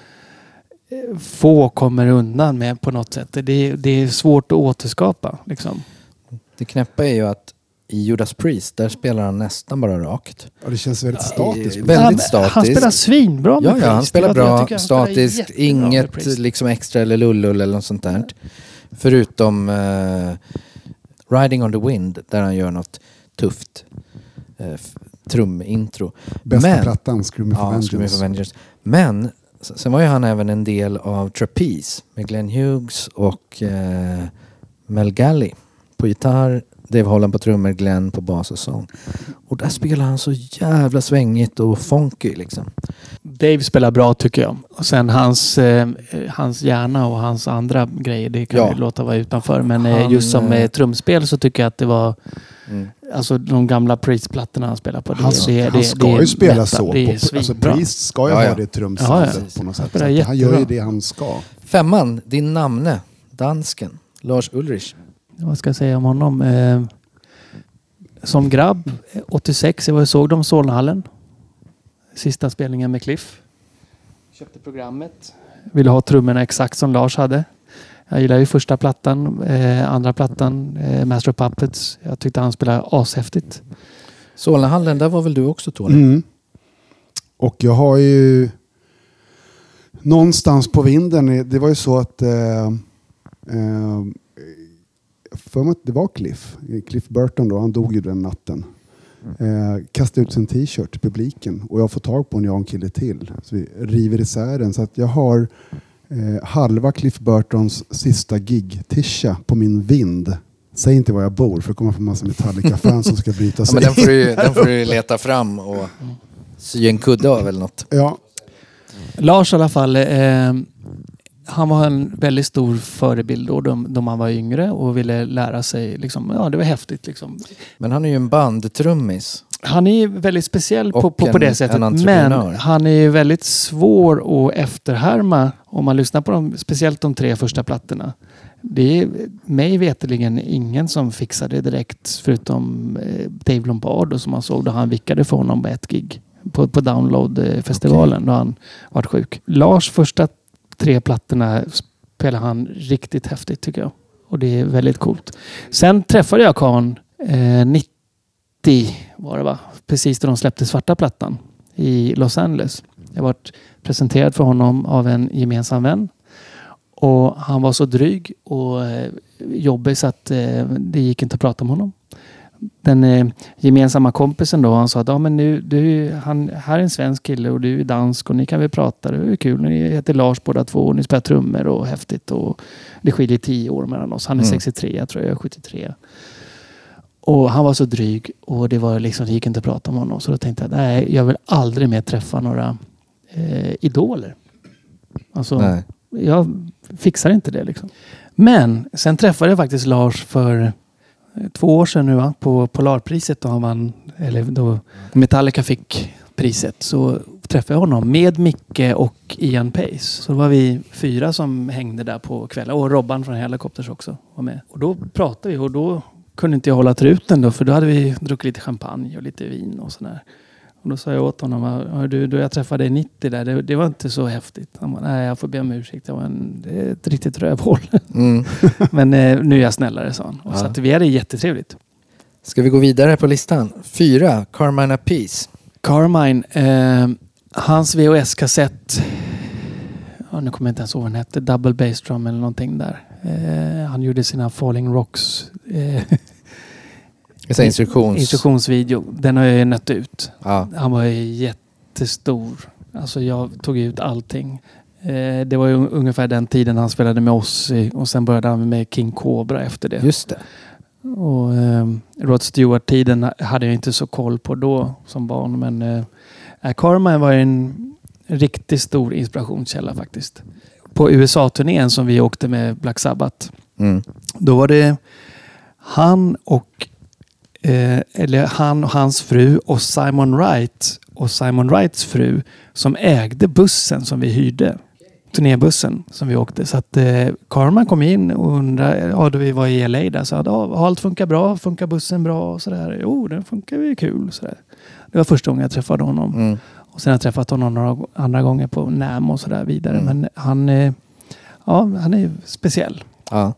eh, få kommer undan med på något sätt. Det, det är svårt att återskapa. Liksom. Det knäppa är ju att i Judas Priest, där spelar han nästan bara rakt. Ja, det känns väldigt statiskt. väldigt han, statiskt. Han spelar svinbra med Ja, Priest. ja, han spelar Jag- bra, jag tycker han spelar statiskt, jättebra med inget Priest. liksom extra eller lullull eller något sånt där. Förutom eh, Riding on the Wind, där han gör något tufft eh, f- trumintro. Bästa Men- plattan, Screaming for Ja, Vengeance. Screaming for Vengeance. Men s- sen var ju han även en del av Trapeze med Glenn Hughes och eh, Mel Galley på gitarr, Dave Holland på trummor, Glenn på bas och sång. Och där spelar han så jävla svängigt och funky liksom. Dave spelar bra tycker jag. Och sen hans, eh, hans hjärna och hans andra grejer, det kan Ja. vi låta vara utanför. Men eh, Han, just som eh, eh, trumspel så tycker jag att det var Mm. alltså de gamla Priest-plattorna han spelar på. Det, Han, det, han det, ska det är ju spela metal. så. Det är På, alltså, svinbra. Priest ska ju Ja, ja. ha det trumsoundet Ja, ja. på något sätt. spelar Så att han gör ju jättebra. det han ska. Femman, din namne, dansken, Lars Ulrich. Vad ska jag säga om honom? Eh, som grabb, eh, åttiosex, jag var och såg dem i Solnahallen. Sista spelningen med Cliff. Köpte programmet. Ville ha trummorna exakt som Lars hade. Jag gillar ju första plattan, eh, andra plattan, eh, Master of Puppets. Jag tyckte han spelade ashäftigt. Solnahallen, där var väl du också Tony? Mm. Och jag har ju någonstans på vinden, det var ju så att eh, eh, för mig att det var Cliff, Cliff Burton då, han dog ju den natten. Eh, kastade ut sin t-shirt till publiken och jag får tag på en, jag och en kille till. Så vi river isär den så att jag har eh, halva Cliff Burtons sista gig-tisha på min vind. Säg inte var jag bor för det kommer få en massa Metallica-fans som ska bryta Ja, sig. men den får, du, den får du leta fram och sy en kudde av eller något. Ja, Lars i alla fall, eh, han var en väldigt stor förebild då de, de han var yngre och ville lära sig. Liksom, ja, det var häftigt. Liksom. Men han är ju en bandtrummis. Han är väldigt speciell på, Och på, på en- det sättet. en Men entreprenör. han är ju väldigt svår att efterhärma om man lyssnar på dem, speciellt de tre första plattorna. Det är mig veterligen ingen som fixade det direkt förutom eh, Dave Lombardo som man såg då han vickade för honom på ett gig på, på Download-festivalen okay. Då han var sjuk. Lars första tre plattorna spelar han riktigt häftigt tycker jag. Och det är väldigt coolt. Sen träffade jag Kahn eh, nittio var det va? Precis då de släppte svarta plattan i Los Angeles. Jag var presenterad för honom av en gemensam vän. Och han var så dryg och eh, jobbig så att eh, det gick inte att prata om honom. Den eh, gemensamma kompisen då, han sa att ah, men nu, du, han, här är en svensk kille och du är dansk och ni kan väl prata, det är kul. Ni heter Lars båda två och ni spelar trummor och häftigt och det skiljer tio år mellan oss. Han är mm. sextiotre, jag tror jag är sjuttiotre. Och han var så dryg och det var liksom, det gick inte att prata om honom. Så då tänkte jag, nej, jag vill aldrig mer träffa några eh, idoler. Alltså, Nej. jag fixar inte det liksom. Men sen träffade jag faktiskt Lars för två år sedan nu va? På Polarpriset då har man, eller då Metallica fick priset, så träffade jag honom med Micke och Ian Pace. Så då var vi fyra som hängde där på kvällen. Och Robban från Helicopters också var med. Och då pratade vi och då kunde inte jag hålla truten då, för då hade vi druckit lite champagne och lite vin och sådär. Och då sa jag åt honom, du, då jag träffade dig nittio där, det, det var inte så häftigt. Han bara, nej jag får be om ursäkt, det var en, det är ett riktigt rövhål. Mm. Men eh, nu är jag snällare, sa han. Och ja. Så att vi hade jättetrevligt. Ska vi gå vidare på listan? Fyra, Carmine Appice. Carmine, eh, hans V H S-kassett, ja, nu kommer jag inte ens ihåg vad den hette, Double Bass Drum eller någonting där. Eh, han gjorde sina Falling Rocks eh, instruktions... instruktionsvideo. Den har jag ju nött ut. Ja. Han var ju jättestor. Alltså jag tog ut allting. Eh, det var ju ungefär den tiden han spelade med oss i, och sen började han med King Cobra efter det. Just det. Och eh, Rod Stewart-tiden hade jag inte så koll på då som barn, men eh, Carmine var en riktigt stor inspirationskälla faktiskt. På U S A-turnén som vi åkte med Black Sabbath, mm. då var det han och eh, eller han och hans fru och Simon Wright och Simon Wrights fru som ägde bussen som vi hyrde. Turnébussen som vi åkte. Så att eh, Carmine kom in och undrade, ja då vi var i L A där, så att ja, allt funkar bra, funkar bussen bra och sådär. Jo, den funkar ju kul. Sådär. Det var första gången jag träffade honom. Mm. Och sen har jag träffat honom några andra gånger på N A M och sådär vidare. Mm. Men han, eh, ja, han är ju speciell. Ja.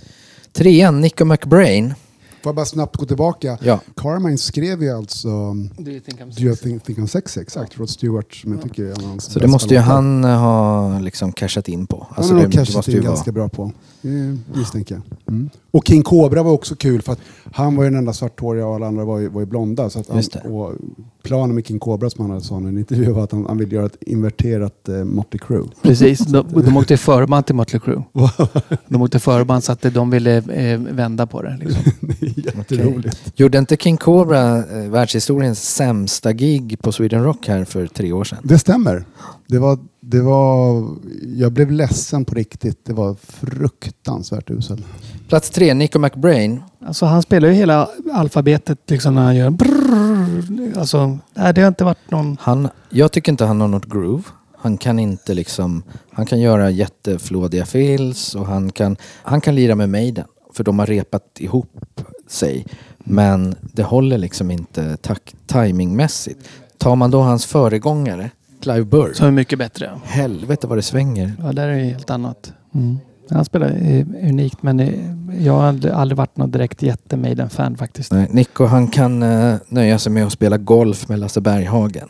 Trean, Nico McBrain. Får jag bara snabbt gå tillbaka. Ja. Carmine skrev ju alltså Do you think I'm sexy? Do you think, think I'm sexy? Exakt, Rod Stewart som jag tycker är hans. Så det måste ju låtar. Han ha liksom cashat in på. Alltså han har cashat in ganska bra på. Misstänker jag. Mm. Och King Cobra var också kul för att han var ju den enda svarthåriga och alla andra var ju, var ju blonda. Så att han, och planen med King Cobra som han hade sa i en intervju var att han, han ville göra ett inverterat eh, Motley Crue. Precis, de, de åkte förband till Motley Crue. De åkte förband så att de ville eh, vända på det. Liksom. Jätteroligt. Okay. Gjorde inte King Cobra eh, världshistoriens sämsta gig på Sweden Rock här för tre år sedan? Det stämmer. Det var, det var, jag blev ledsen på riktigt. Det var fruktansvärt usel. Plats tre, Nico McBrain. Alltså han spelar ju hela alfabetet liksom när han gör brrr. Alltså det har inte varit någon... Han, jag tycker inte han har något groove. Han kan inte liksom, han kan göra jätteflådiga fills och han kan, han kan lira med Maiden. För de har repat ihop sig. Men det håller liksom inte tak- timingmässigt. Tar man då hans föregångare, Clive Burr. Så är mycket bättre. Ja. Helvete vad det svänger. Ja, där är det helt annat. Mm. Han spelar är unikt, men jag har aldrig, aldrig varit någon direkt jätte-Maiden-fan faktiskt. Nej, Nico han kan uh, nöja sig med att spela golf med Lasse Berghagen.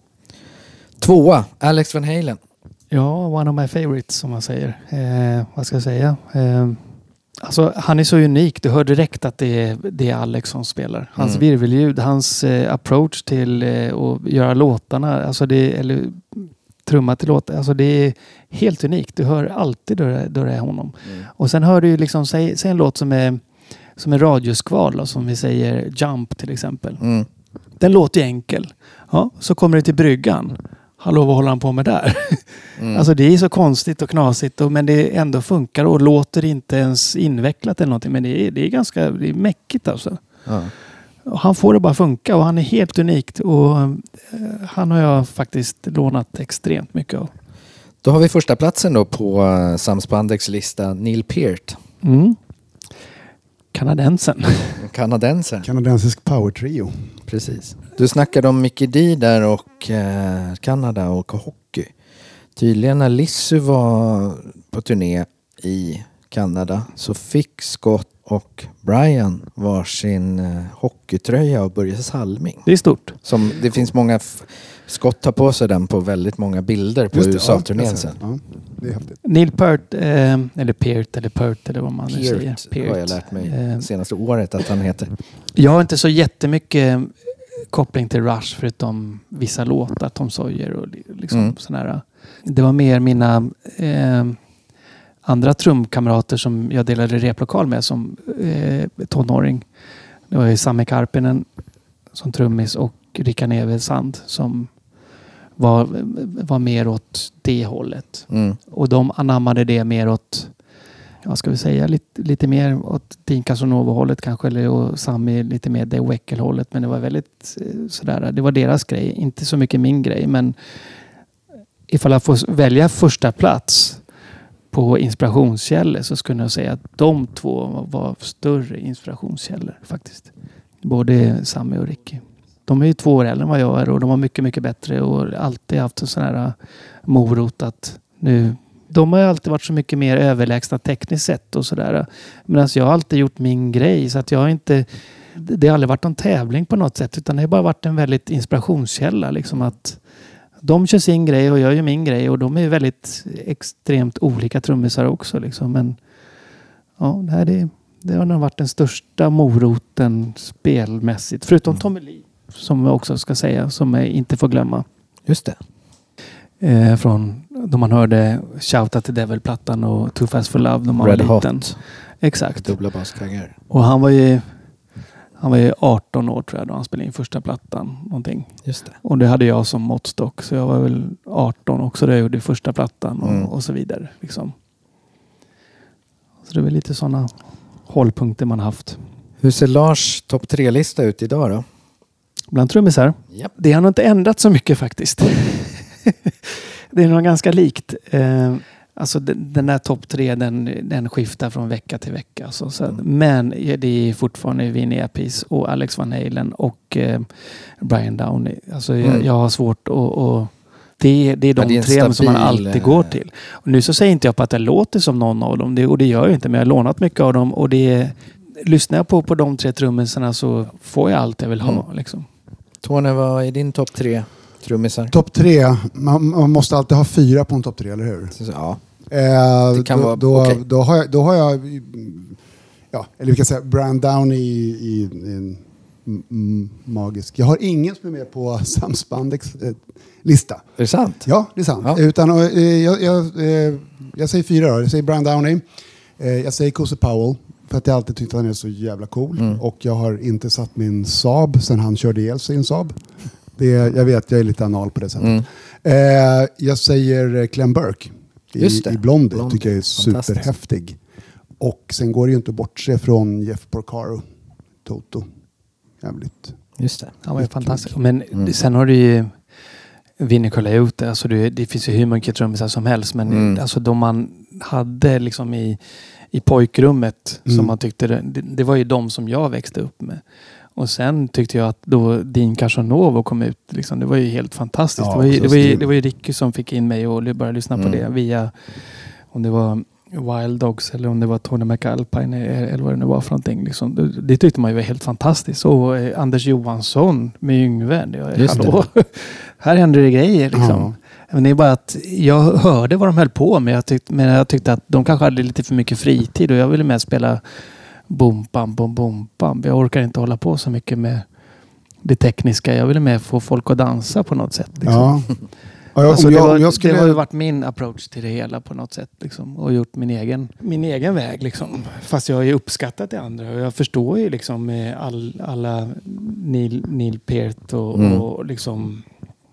Tvåa, Alex Van Halen. Ja, one of my favorites som man säger. Eh, vad ska jag säga? Eh, alltså, han är så unik. Du hör direkt att det är, det är Alex som spelar. Hans mm. virvelljud, hans eh, approach till eh, att göra låtarna, alltså det, eller trumma till låtar. Alltså det är helt unikt. Du hör alltid då det, då det är honom. Mm. Och sen hör du ju liksom, säg, säg en låt som är, som är radioskval, då, som vi säger Jump till exempel. Mm. Den låter ju enkel. Ja, så kommer det till bryggan. Hallå, vad håller han på med där? Mm. Alltså det är så konstigt och knasigt, och, men det ändå funkar och låter inte ens invecklat eller någonting. Men det är, det är ganska det är mäckigt alltså. Ja. Och han får det bara funka och han är helt unikt. Och eh, han har jag faktiskt lånat extremt mycket av. Då har vi första platsen då på uh, Sam Spandeks lista, Neil Peart. Mm. Kanadensen. Kanadensen. Kanadensisk power trio. Precis. Du snackade om Mickey D där och eh, Kanada och hockey. Tydligen när Lissu var på turné i Kanada så fick Scott och Brian varsin eh, hockeytröja av Börje Salming. Det är stort. Som, det finns många... F- Scott tar på sig den på väldigt många bilder på U S A-turnén sen. Ja, det är häftigt. Neil Peart, eh, eller Peart eller Peart eller vad man nu säger. Peart har jag lärt mig eh, senaste året att han heter. Jag har inte så jättemycket koppling till Rush förutom vissa låtar, Tom Sawyer och liksom mm. sådana. Det var mer mina eh, andra trumkamrater som jag delade replokal med som eh, tonåring. Det var ju Sami Karpinen som trummis och Rickard Nevesand som var, var mer åt det hållet. Mm. Och de anammade det mer åt vad ska vi säga, lite, lite mer åt Dean Casanova-hållet kanske, eller och Sami lite mer Dave Weckl-hållet, men det var väldigt sådär, det var deras grej, inte så mycket min grej, men ifall jag får välja första plats på inspirationskällor så skulle jag säga att de två var större inspirationskällor faktiskt. Både Sami och Ricky. De är ju två år äldre än vad jag är och de var mycket, mycket bättre och alltid haft en sån här morot att nu, de har ju alltid varit så mycket mer överlägsna tekniskt sett och sådär. Medan jag har alltid gjort min grej så att jag har inte, det har aldrig varit någon tävling på något sätt utan det har bara varit en väldigt inspirationskälla liksom att de kör sin grej och jag gör min grej och de är väldigt extremt olika trummisar också liksom. Men ja, det här är, det har nog varit den största moroten spelmässigt. Förutom Tommy Lee som jag också ska säga, som jag inte får glömma. Just det. Eh, från då man hörde Shout at the Devil-plattan och Too Fast for Love när man Red var liten. Hot. Exakt. Dubbla baskaggar. Och han var ju han var ju arton år tror jag då han spelade in första plattan. Någonting. Just det. Och det hade jag som måttstock. Så jag var väl arton också då jag gjorde första plattan och, Mm. och så vidare. Liksom. Så det är väl lite sådana hållpunkter man haft. Hur ser Lars topp tre-lista ut idag då? Bland trummisar. Japp. Det har nog inte ändrat så mycket faktiskt. Det är nog ganska likt. Eh, alltså den, den där topp tre den, den skiftar från vecka till vecka. Så, så, Mm. Men det är fortfarande Vinny Appice och Alex Van Halen och eh, Brian Downey. Alltså Mm. jag, jag har svårt att... att det, det är de Ja, det är en tre stabil, som man alltid går eh, till. Och nu så säger inte jag på att det låter som någon av dem. Det, och det gör jag inte. Men jag har lånat mycket av dem. Och det, lyssnar jag på, på de tre trummisarna så får jag allt jag vill ha. Mm. Liksom. Tony, vad är din topp tre trummisar? Topp tre, man, man måste alltid ha fyra på en topp tre, eller hur? Ja. Eh, Det kan då, vara- då, okej. då, har jag, då har jag, ja, eller vi kan säga Brian Downey i, i, i en m- m- magisk. Jag har ingen som är med på Sam Spandeks eh, lista. Är det sant? Ja, det är sant. Ja. Utan, eh, jag, jag, eh, jag säger fyra då. Jag säger Brian Downey. Eh, jag säger Cozy Powell. För att jag alltid tyckte att han är så jävla cool. Mm. Och jag har inte satt min Saab sen han körde ihjäl sig i en Saab. Det, jag vet, jag är lite anal på det sättet. Mm. Eh, jag säger Clem Burke i, Just det. i Blondie. Blondie. Tycker jag är Fantastiskt. superhäftig. Och sen går det ju inte bort sig från Jeff Porcaro. Toto. Jävligt. Just det. Han var ju Riktigt. fantastisk. Men Mm. sen har du ju Vinny Colaiuta. Alltså det, det finns ju hur mycket trummisar som helst. Men Mm. alltså de man hade liksom i, i pojkrummet Mm. som man tyckte det, det, det var ju de som jag växte upp med. Och sen tyckte jag att då Dean Casanova kom ut, liksom, det var ju helt fantastiskt. Ja, det, var ju, så det, var ju, stil. det var ju Ricky som fick in mig och började lyssna Mm. på det via, om det var Wild Dogs eller om det var Tony McAlpine eller vad det nu var för någonting. Liksom. Det, det tyckte man ju var helt fantastiskt. Och eh, Anders Johansson med Yngve. Det, Just det. hallå, här händer det grejer. Liksom. Men det är bara att jag hörde vad de höll på med. Jag tyckte, men jag tyckte att de kanske hade lite för mycket fritid och jag ville med spela boom, bam, bom, bom, bam. Jag orkar inte hålla på så mycket med det tekniska. Jag ville med få folk att dansa på något sätt. Liksom. Ja. Ja, jag, Alltså, om det, jag, var, om jag skulle... det har ju varit min approach till det hela på något sätt. Liksom, och gjort min egen, min egen väg. Liksom. Fast jag har ju uppskattat det andra. Och jag förstår ju liksom med all, alla Neil, Neil Peart och, Mm. och liksom...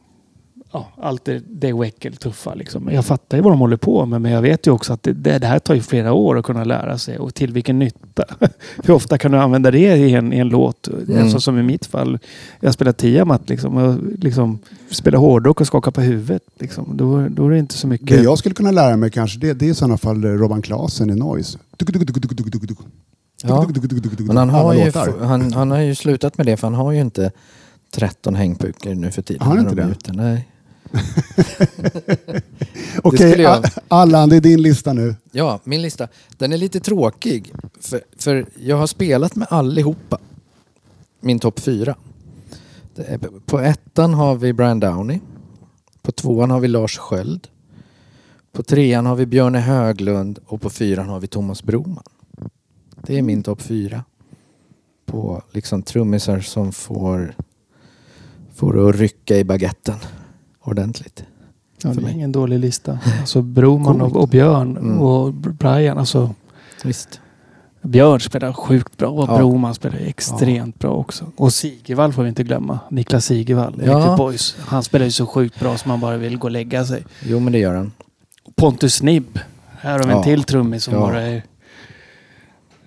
Ja, allt det, det är Weckl tuffa liksom. Jag fattar ju vad de håller på med. Men jag vet ju också att det, det här tar ju flera år att kunna lära sig. Och till vilken nytta. Hur ofta kan du använda det i en, i en låt? Mm. Alltså, som i mitt fall. Jag spelar Tiamat liksom. Och liksom spelar hårdrock och skakar på huvudet. Liksom. Då, då är det inte så mycket. Det jag skulle kunna lära mig kanske, det, det är i sådana fall Robban Klasen i Noise. Ja. Men han har, Alla ju, låtar. f- han, han har ju slutat med det för han har ju inte tretton hängpukor nu för tiden. Har han när inte de är det? Ute. Nej. Okej, skulle jag- A- Allan, det är din lista nu. Ja, min lista. Den är lite tråkig. För, för jag har spelat med allihopa. Min topp fyra. Det är, på ettan har vi Brian Downey. På tvåan har vi Lars Sköld. På trean har vi Björne Höglund. Och på fyran har vi Thomas Broman. Det är min topp fyra. På liksom trummisar som får, får att rycka i baguetten ordentligt. Ja, för det är mig. ingen dålig lista. Alltså Broman och, Coolt. och Björn Mm. och Brian. Alltså, Visst. Björn spelar sjukt bra och Ja. Broman spelar extremt bra också. Och Sigevall får vi inte glömma. Niklas Sigevall, Ja. Electric Boys. Han spelar ju så sjukt bra som man bara vill gå och lägga sig. Jo, men det gör han. Pontus Nibb. Här har vi en Ja. till trummis som Ja. bara är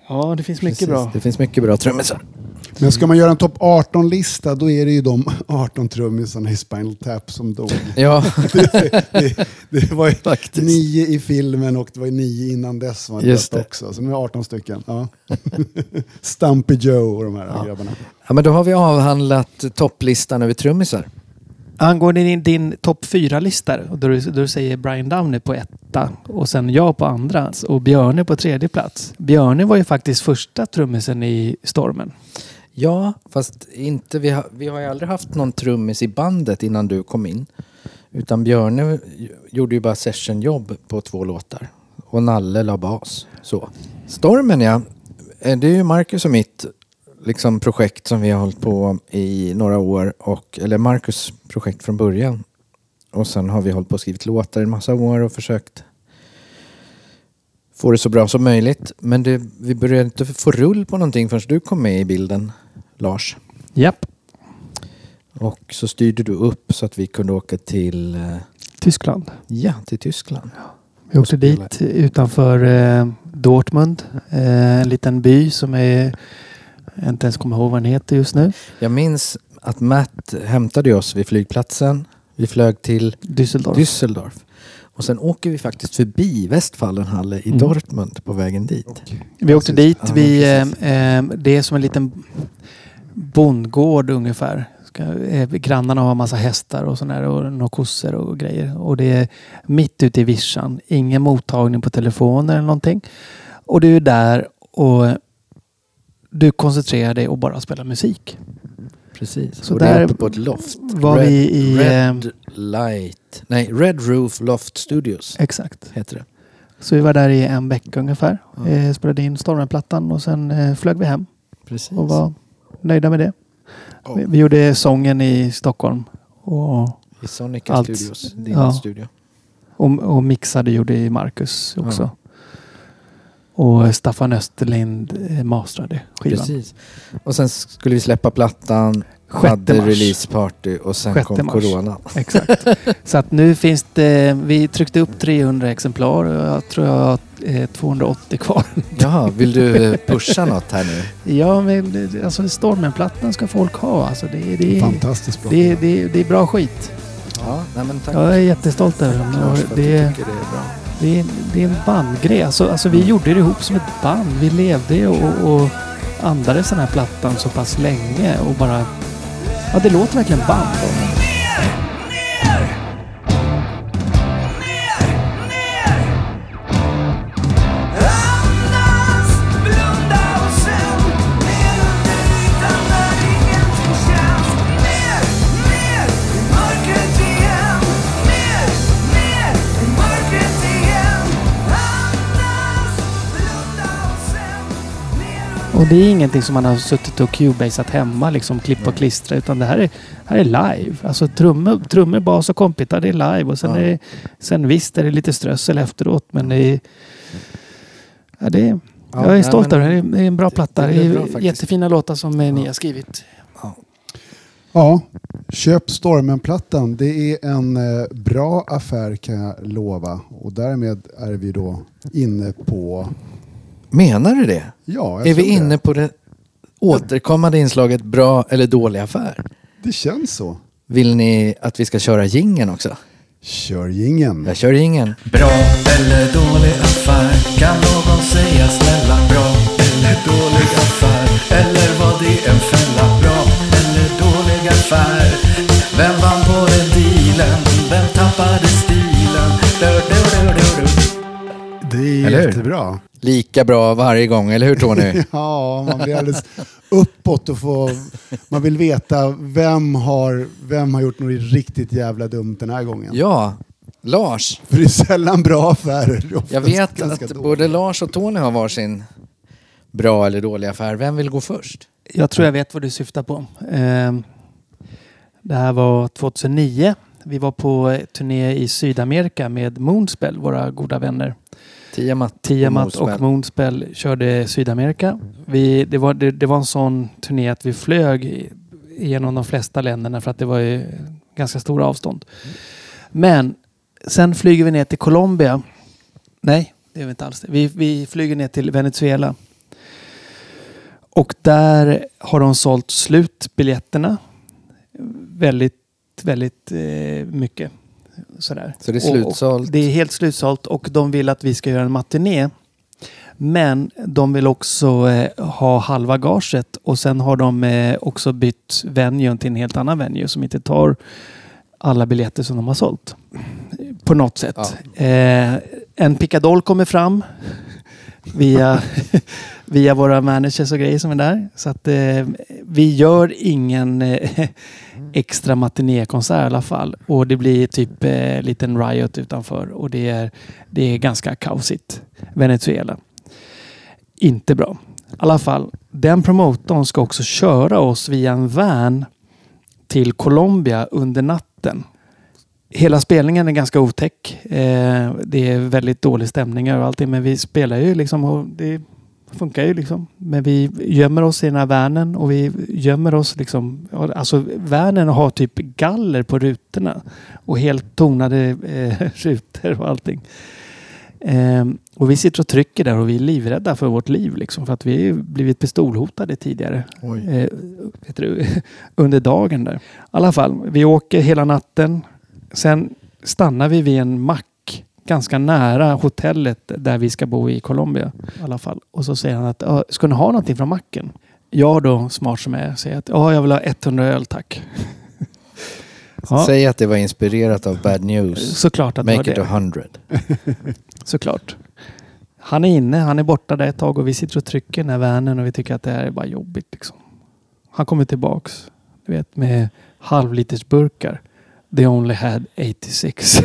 Ja, det finns mycket Precis, bra. Det finns mycket bra trummisar. Men ska man göra en topp arton-lista då är det ju de arton trummisarna i Spinal Tap som dog. Ja, det, det, det var ju faktiskt. nio i filmen och det var ju nio innan dess var det Just det. också. Så nu är arton stycken. Ja. Stumpy Joe och de här Ja. grabbarna. Ja, men då har vi avhandlat topplistan över trummisar. Angående din, din topp fyra-lista, då du, då du säger Brian Downey på etta och sen jag på andra och Björne på tredje plats. Björne var ju faktiskt första trummisen i Stormen. Ja, fast inte, vi, har, vi har ju aldrig haft någon trummis i bandet innan du kom in. Utan Björne gjorde ju bara sessionjobb på två låtar. Och Nalle la bas. Så. Stormen, ja. Det är ju Marcus och mitt liksom, projekt som vi har hållit på i några år. Och, eller Marcus projekt från början. Och sen har vi hållit på och skrivit låtar i en massa år och försökt få det så bra som möjligt. Men det, vi började inte få rull på någonting förrän du kom med i bilden, Lars. Japp. Och så styrde du upp så att vi kunde åka till, eh, Tyskland. ja, till Tyskland. Vi åkte dit utanför eh, Dortmund. Eh, en liten by som är, jag inte ens kommer ihåg vad den heter just nu. Jag minns att Matt hämtade oss vid flygplatsen. Vi flög till Düsseldorf. Düsseldorf. Och sen åker vi faktiskt förbi Westfalenhalle i Mm. Dortmund på vägen dit. Vi åkte Precis. dit. Ja, Vi, eh, precis. eh, det är som en liten bondgård ungefär. Ska, eh, grannarna har en massa hästar och sådär och några kossor och grejer. Och det är mitt ute i vischan. Ingen mottagning på telefoner eller någonting. Och du är där och du koncentrerar dig och bara spelar musik. Precis. Så och det är där uppe på ett loft. var Red, vi i... Red eh, Light. Nej, Red Roof Loft Studios Exakt. heter det. Så vi var där i en vecka ungefär. Ja. Eh, spelade in Stormen-plattan och sen eh, flög vi hem Precis. och var nöjda med det. Oh. Vi, vi gjorde sången i Stockholm och, I Sonica Allt. Studios. Din Ja. studio. och, och mixade gjorde i Marcus också. Ja. Och Staffan Österlind eh, mastrade skivan. Precis. Och sen skulle vi släppa plattan. Sjätte Hade mars. releaseparty och sen Sjätte kom mars. corona. Exakt. Så att nu finns det, vi tryckte upp trehundra exemplar och jag tror jag har eh, tvåhundraåttio kvar. Jaha, vill du pusha något här nu? Ja, men alltså Stormen-plattan ska folk ha. Alltså det, det, Fantastiskt bra. det, det, det är bra skit. Ja, nej men tack. Jag är jättestolt över dem. Lars, Och för att Det, du tycker det är bra. det, är, det är en bandgrej. Alltså, alltså vi gjorde det ihop som ett band. Vi levde och, och andades den här plattan så pass länge och bara... Ja, det låter verkligen band. Och det är ingenting som man har suttit och cubasat hemma, liksom klippa och klistra, utan det här är, här är live. Alltså trummor, trummor, bas och kompitar, det är live. Och sen, Ja. är det, sen visst är det lite strössel efteråt, men det är... Ja, det är Ja, jag är nej, stolt men över det. Det är en bra platta. det Det är är bra faktiskt. jättefina låtar som eh, ni har skrivit. Ja, köp Stormen-plattan. Det är en eh, bra affär kan jag lova. Och därmed är vi då inne på... Menar du det? Ja, jag Är vi tror det. inne på det återkommande inslaget bra eller dålig affär? Det känns så. Vill ni att vi ska köra jingeln också? Kör jingeln. Jag kör jingeln. Bra eller dålig affär? Kan någon säga snälla? Bra eller dålig affär? Eller var det en fälla? Bra eller dålig affär? Vem vann på den dealen? Vem tappade stilen? Du, du, du, du, du. Det är Eller hur? jättebra. Lika bra varje gång, eller hur Tony? Ja, man blir alldeles uppåt och får, man vill veta vem har, vem har gjort något riktigt jävla dumt den här gången. Ja, Lars. För det är sällan bra affärer. Det är oftast Jag vet ganska att dåligt. både Lars och Tony har varsin bra eller dålig affär. Vem vill gå först? Jag tror jag vet vad du syftar på. Ehm, Det här var tjugohundranio. Vi var på turné i Sydamerika med Moonspell, våra goda vänner. Tiamat, Tiamat Moonspell. och Moonspell körde Sydamerika. Vi, det, var, det, det var en sån turné att vi flög genom de flesta länderna för att det var ju ganska stora avstånd. Men sen flyger vi ner till Colombia. Nej, det är vi inte alls. Vi, vi flyger ner till Venezuela. Och där har de sålt slut biljetterna väldigt, väldigt eh, mycket. Sådär. Så det är slutsålt? Och, och det är helt slutsålt och de vill att vi ska göra en matiné. Men de vill också eh, ha halva gaget och sen har de eh, också bytt venue till en helt annan venue som inte tar alla biljetter som de har sålt. På något sätt. Ja. Eh, en pickadoll kommer fram via, via våra managers och grejer som är där. Så att eh, vi gör ingen eh, extra matinékonsert i alla fall. Och det blir typ eh, liten riot utanför. Och det är, det är ganska kaosigt. Venezuela. Inte bra. I alla fall, den promotorn ska också köra oss via en van till Colombia under natten. Hela spelningen är ganska otäck. Eh, det är väldigt dålig stämning och allting. Men vi spelar ju liksom och det funkar ju liksom. Men vi gömmer oss i den här vanen och vi gömmer oss liksom. Alltså vanen har typ galler på rutorna. Och helt tonade eh, rutor och allting. Eh, och vi sitter och trycker där och vi är livrädda för vårt liv liksom. För att vi har blivit pistolhotade tidigare. Eh, vet du, under dagen där. I alla fall, vi åker hela natten. Sen stannar vi vid en mack ganska nära hotellet där vi ska bo i Colombia i alla fall. Och så säger han att ska ni ha någonting från macken? Jag då, smart som är, säger att ja, jag vill ha hundra öl tack. Ja. Säg att det var inspirerat av Bad News. Såklart att Make det var it det. a hundred. Såklart. Han är inne, han är borta där ett tag och vi sitter och trycker den här vanen och vi tycker att det här är bara jobbigt liksom. Han kommer tillbaks, du vet, med halvliters burkar. They only had åttiosex.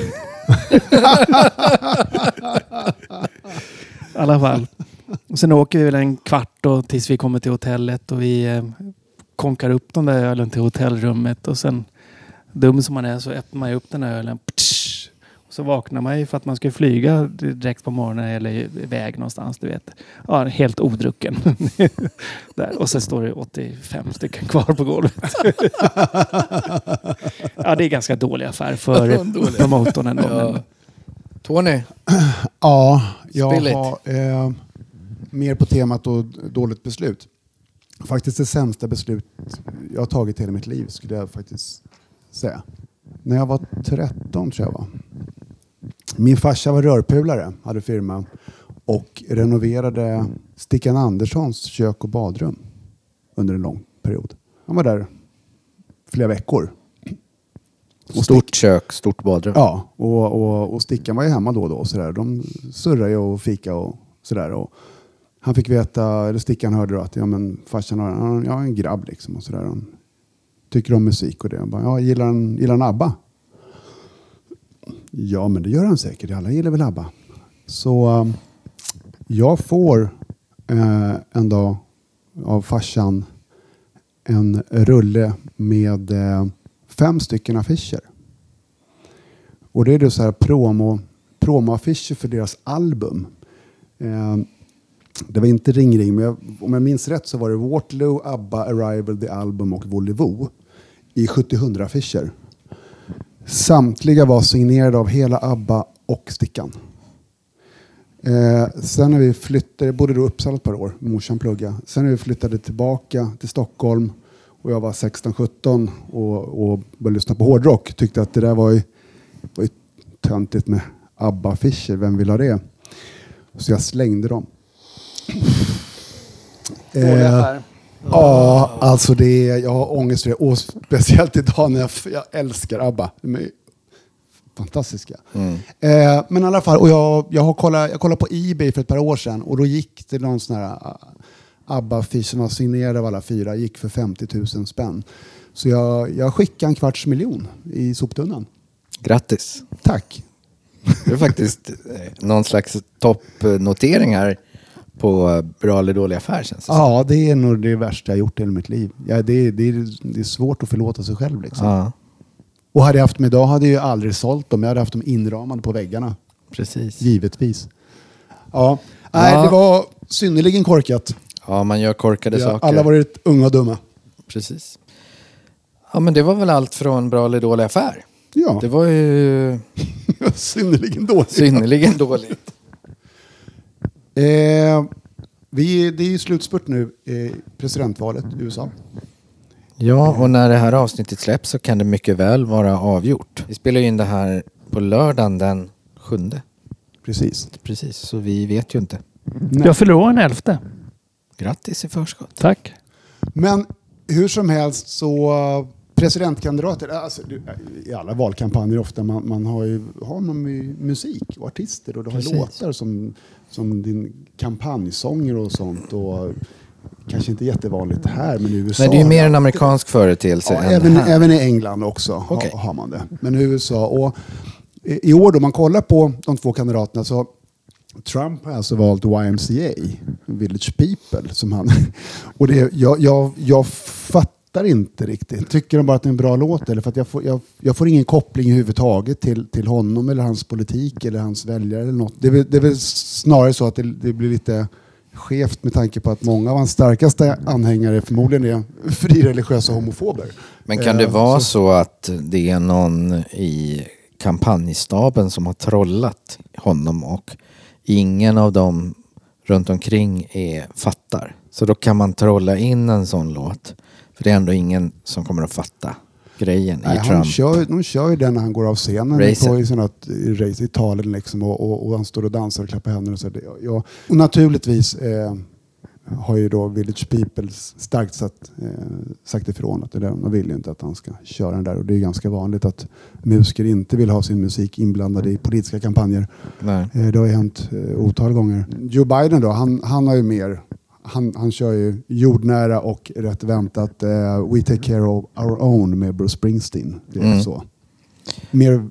I alla fall. Och sen åker vi väl en kvart då, tills vi kommer till hotellet och vi eh, konkar upp de där ölen till hotellrummet och sen dum som man är så öppnar man upp den här ölen. Ptsch, och så vaknar man ju för att man ska flyga direkt på morgonen eller iväg någonstans, du vet. Ja, helt odrucken. Där. Och sen står det åttiofem stycken kvar på golvet. Ja, det är ganska dålig affär för promotorn ändå. Ja. Tony? Ja, jag Spill it. har eh, mer på temat och dåligt beslut. Faktiskt det sämsta beslut jag har tagit i hela mitt liv skulle jag faktiskt säga. När jag var tretton tror jag var. Min farsa var rörpulare, hade firma och renoverade Stickan Anderssons kök och badrum under en lång period. Han var där flera veckor. Och stort kök, stort badrum. Ja, och, och, och Stickan var ju hemma då och då. Så där. De surrade och fika och sådär. Och han fick veta, eller Stickan hörde då att ja, men farsan har han, ja, en grabb liksom. Och sådär. Han tycker om musik och det. Han bara, ja, gillar han, gillar han ABBA? Ja, men det gör han säkert. Alla gillar väl ABBA. Så um, jag får eh, en dag av farsan en rulle med eh, fem stycken affischer. Och det är då så här promo, promoaffischer för deras album. Eh, det var inte Ring Ring, men jag, om jag minns rätt så var det Waterloo, ABBA, Arrival, The Album och Volevo i sjuttio hundra affischer. Samtliga var signerade av hela ABBA och Stickan. Eh, sen när vi flyttade, jag bodde då i Uppsala ett par år, morsan plugga. Sen när vi flyttade tillbaka till Stockholm och jag var sexton sjutton och, och började lyssna på hårdrock, tyckte att det där var ju, var ju töntigt med ABBA-affischer, vem vill ha det? Så jag slängde dem. Eh, ja, alltså det är, jag har ångest för det. Och speciellt idag när jag, jag älskar ABBA. De är fantastiska. Mm. Eh, men i alla fall, och jag, jag har kollat, jag kollade på eBay för ett par år sedan och då gick det någon sån här ABBA-affisch som var signerad av alla fyra, gick för femtio tusen spänn. Så jag, jag skickade en kvarts miljon i soptunnan. Grattis. Tack. Det är faktiskt någon slags toppnotering här på bra eller dålig affär, känns det. Ja, det är nog det värsta jag gjort i hela mitt liv. Ja, det, är, det, är, det är svårt att förlåta sig själv. Liksom. Ja. Och hade jag haft dem idag hade jag ju aldrig sålt dem. Jag hade haft dem inramade på väggarna. Precis. Givetvis. Ja, nej, ja. Det var synnerligen korkat. Ja, man gör korkade ja, saker. Alla varit unga och dumma. Precis. Ja, men det var väl allt från bra eller dålig affär. Ja. Det var ju... synnerligen dåligt. Synnerligen dåligt. Eh, Vi, det är ju slutspurt nu i presidentvalet i U S A. Ja, och när det här avsnittet släpps så kan det mycket väl vara avgjort. Vi spelar ju in det här på lördagen den sjunde. Precis. Precis, så vi vet ju inte. Nej. Jag fyller år den elfte. Grattis i förskott. Tack. Men hur som helst så presidentkandidater, alltså, i alla valkampanjer ofta man, man har ju har man ju musik och artister och du har Precis. låtar som, som din kampanjsånger och sånt och kanske inte jättevanligt här men i U S A. Men det är ju mer en har- amerikansk företeelse ja, än även, här. även i England också Okej. har, har man det. Men i U S A och i, i år då man kollar på de två kandidaterna så Trump har alltså valt Y M C A, Village People, som han. Och det, jag, jag, jag fattar inte riktigt. Tycker de bara att det är en bra låt? Eller för att jag får, jag, jag får ingen koppling överhuvudtaget till, till honom eller hans politik eller hans väljare eller något. Det är, väl- det är väl snarare så att det, det blir lite skevt med tanke på att många av hans starkaste anhängare förmodligen är frireligiösa homofober. Men kan det Eh, vara så- så att det är någon i kampanjstaben som har trollat honom och ingen av dem runt omkring är fattar? Så då kan man trolla in en sån låt. För det är ändå ingen som kommer att fatta grejen Nej, i han Trump. kör, de kör ju den när han går av scenen Racet. på, i, såna, i, race, i talen liksom, och, och, och han står och dansar och klappar händerna. Och, så. Det, ja. Och naturligtvis eh, har ju då Village People starkt satt, eh, sagt ifrån att det där, de vill ju inte att han ska köra den där. Och det är ganska vanligt att musiker inte vill ha sin musik inblandad i politiska kampanjer. Nej. Eh, det har ju hänt eh, otal gånger. Joe Biden då, han, han har ju mer... Han, han kör ju jordnära och rätt väntat uh, We Take Care of Our Own med Bruce Springsteen. Det är Mm. så. Mer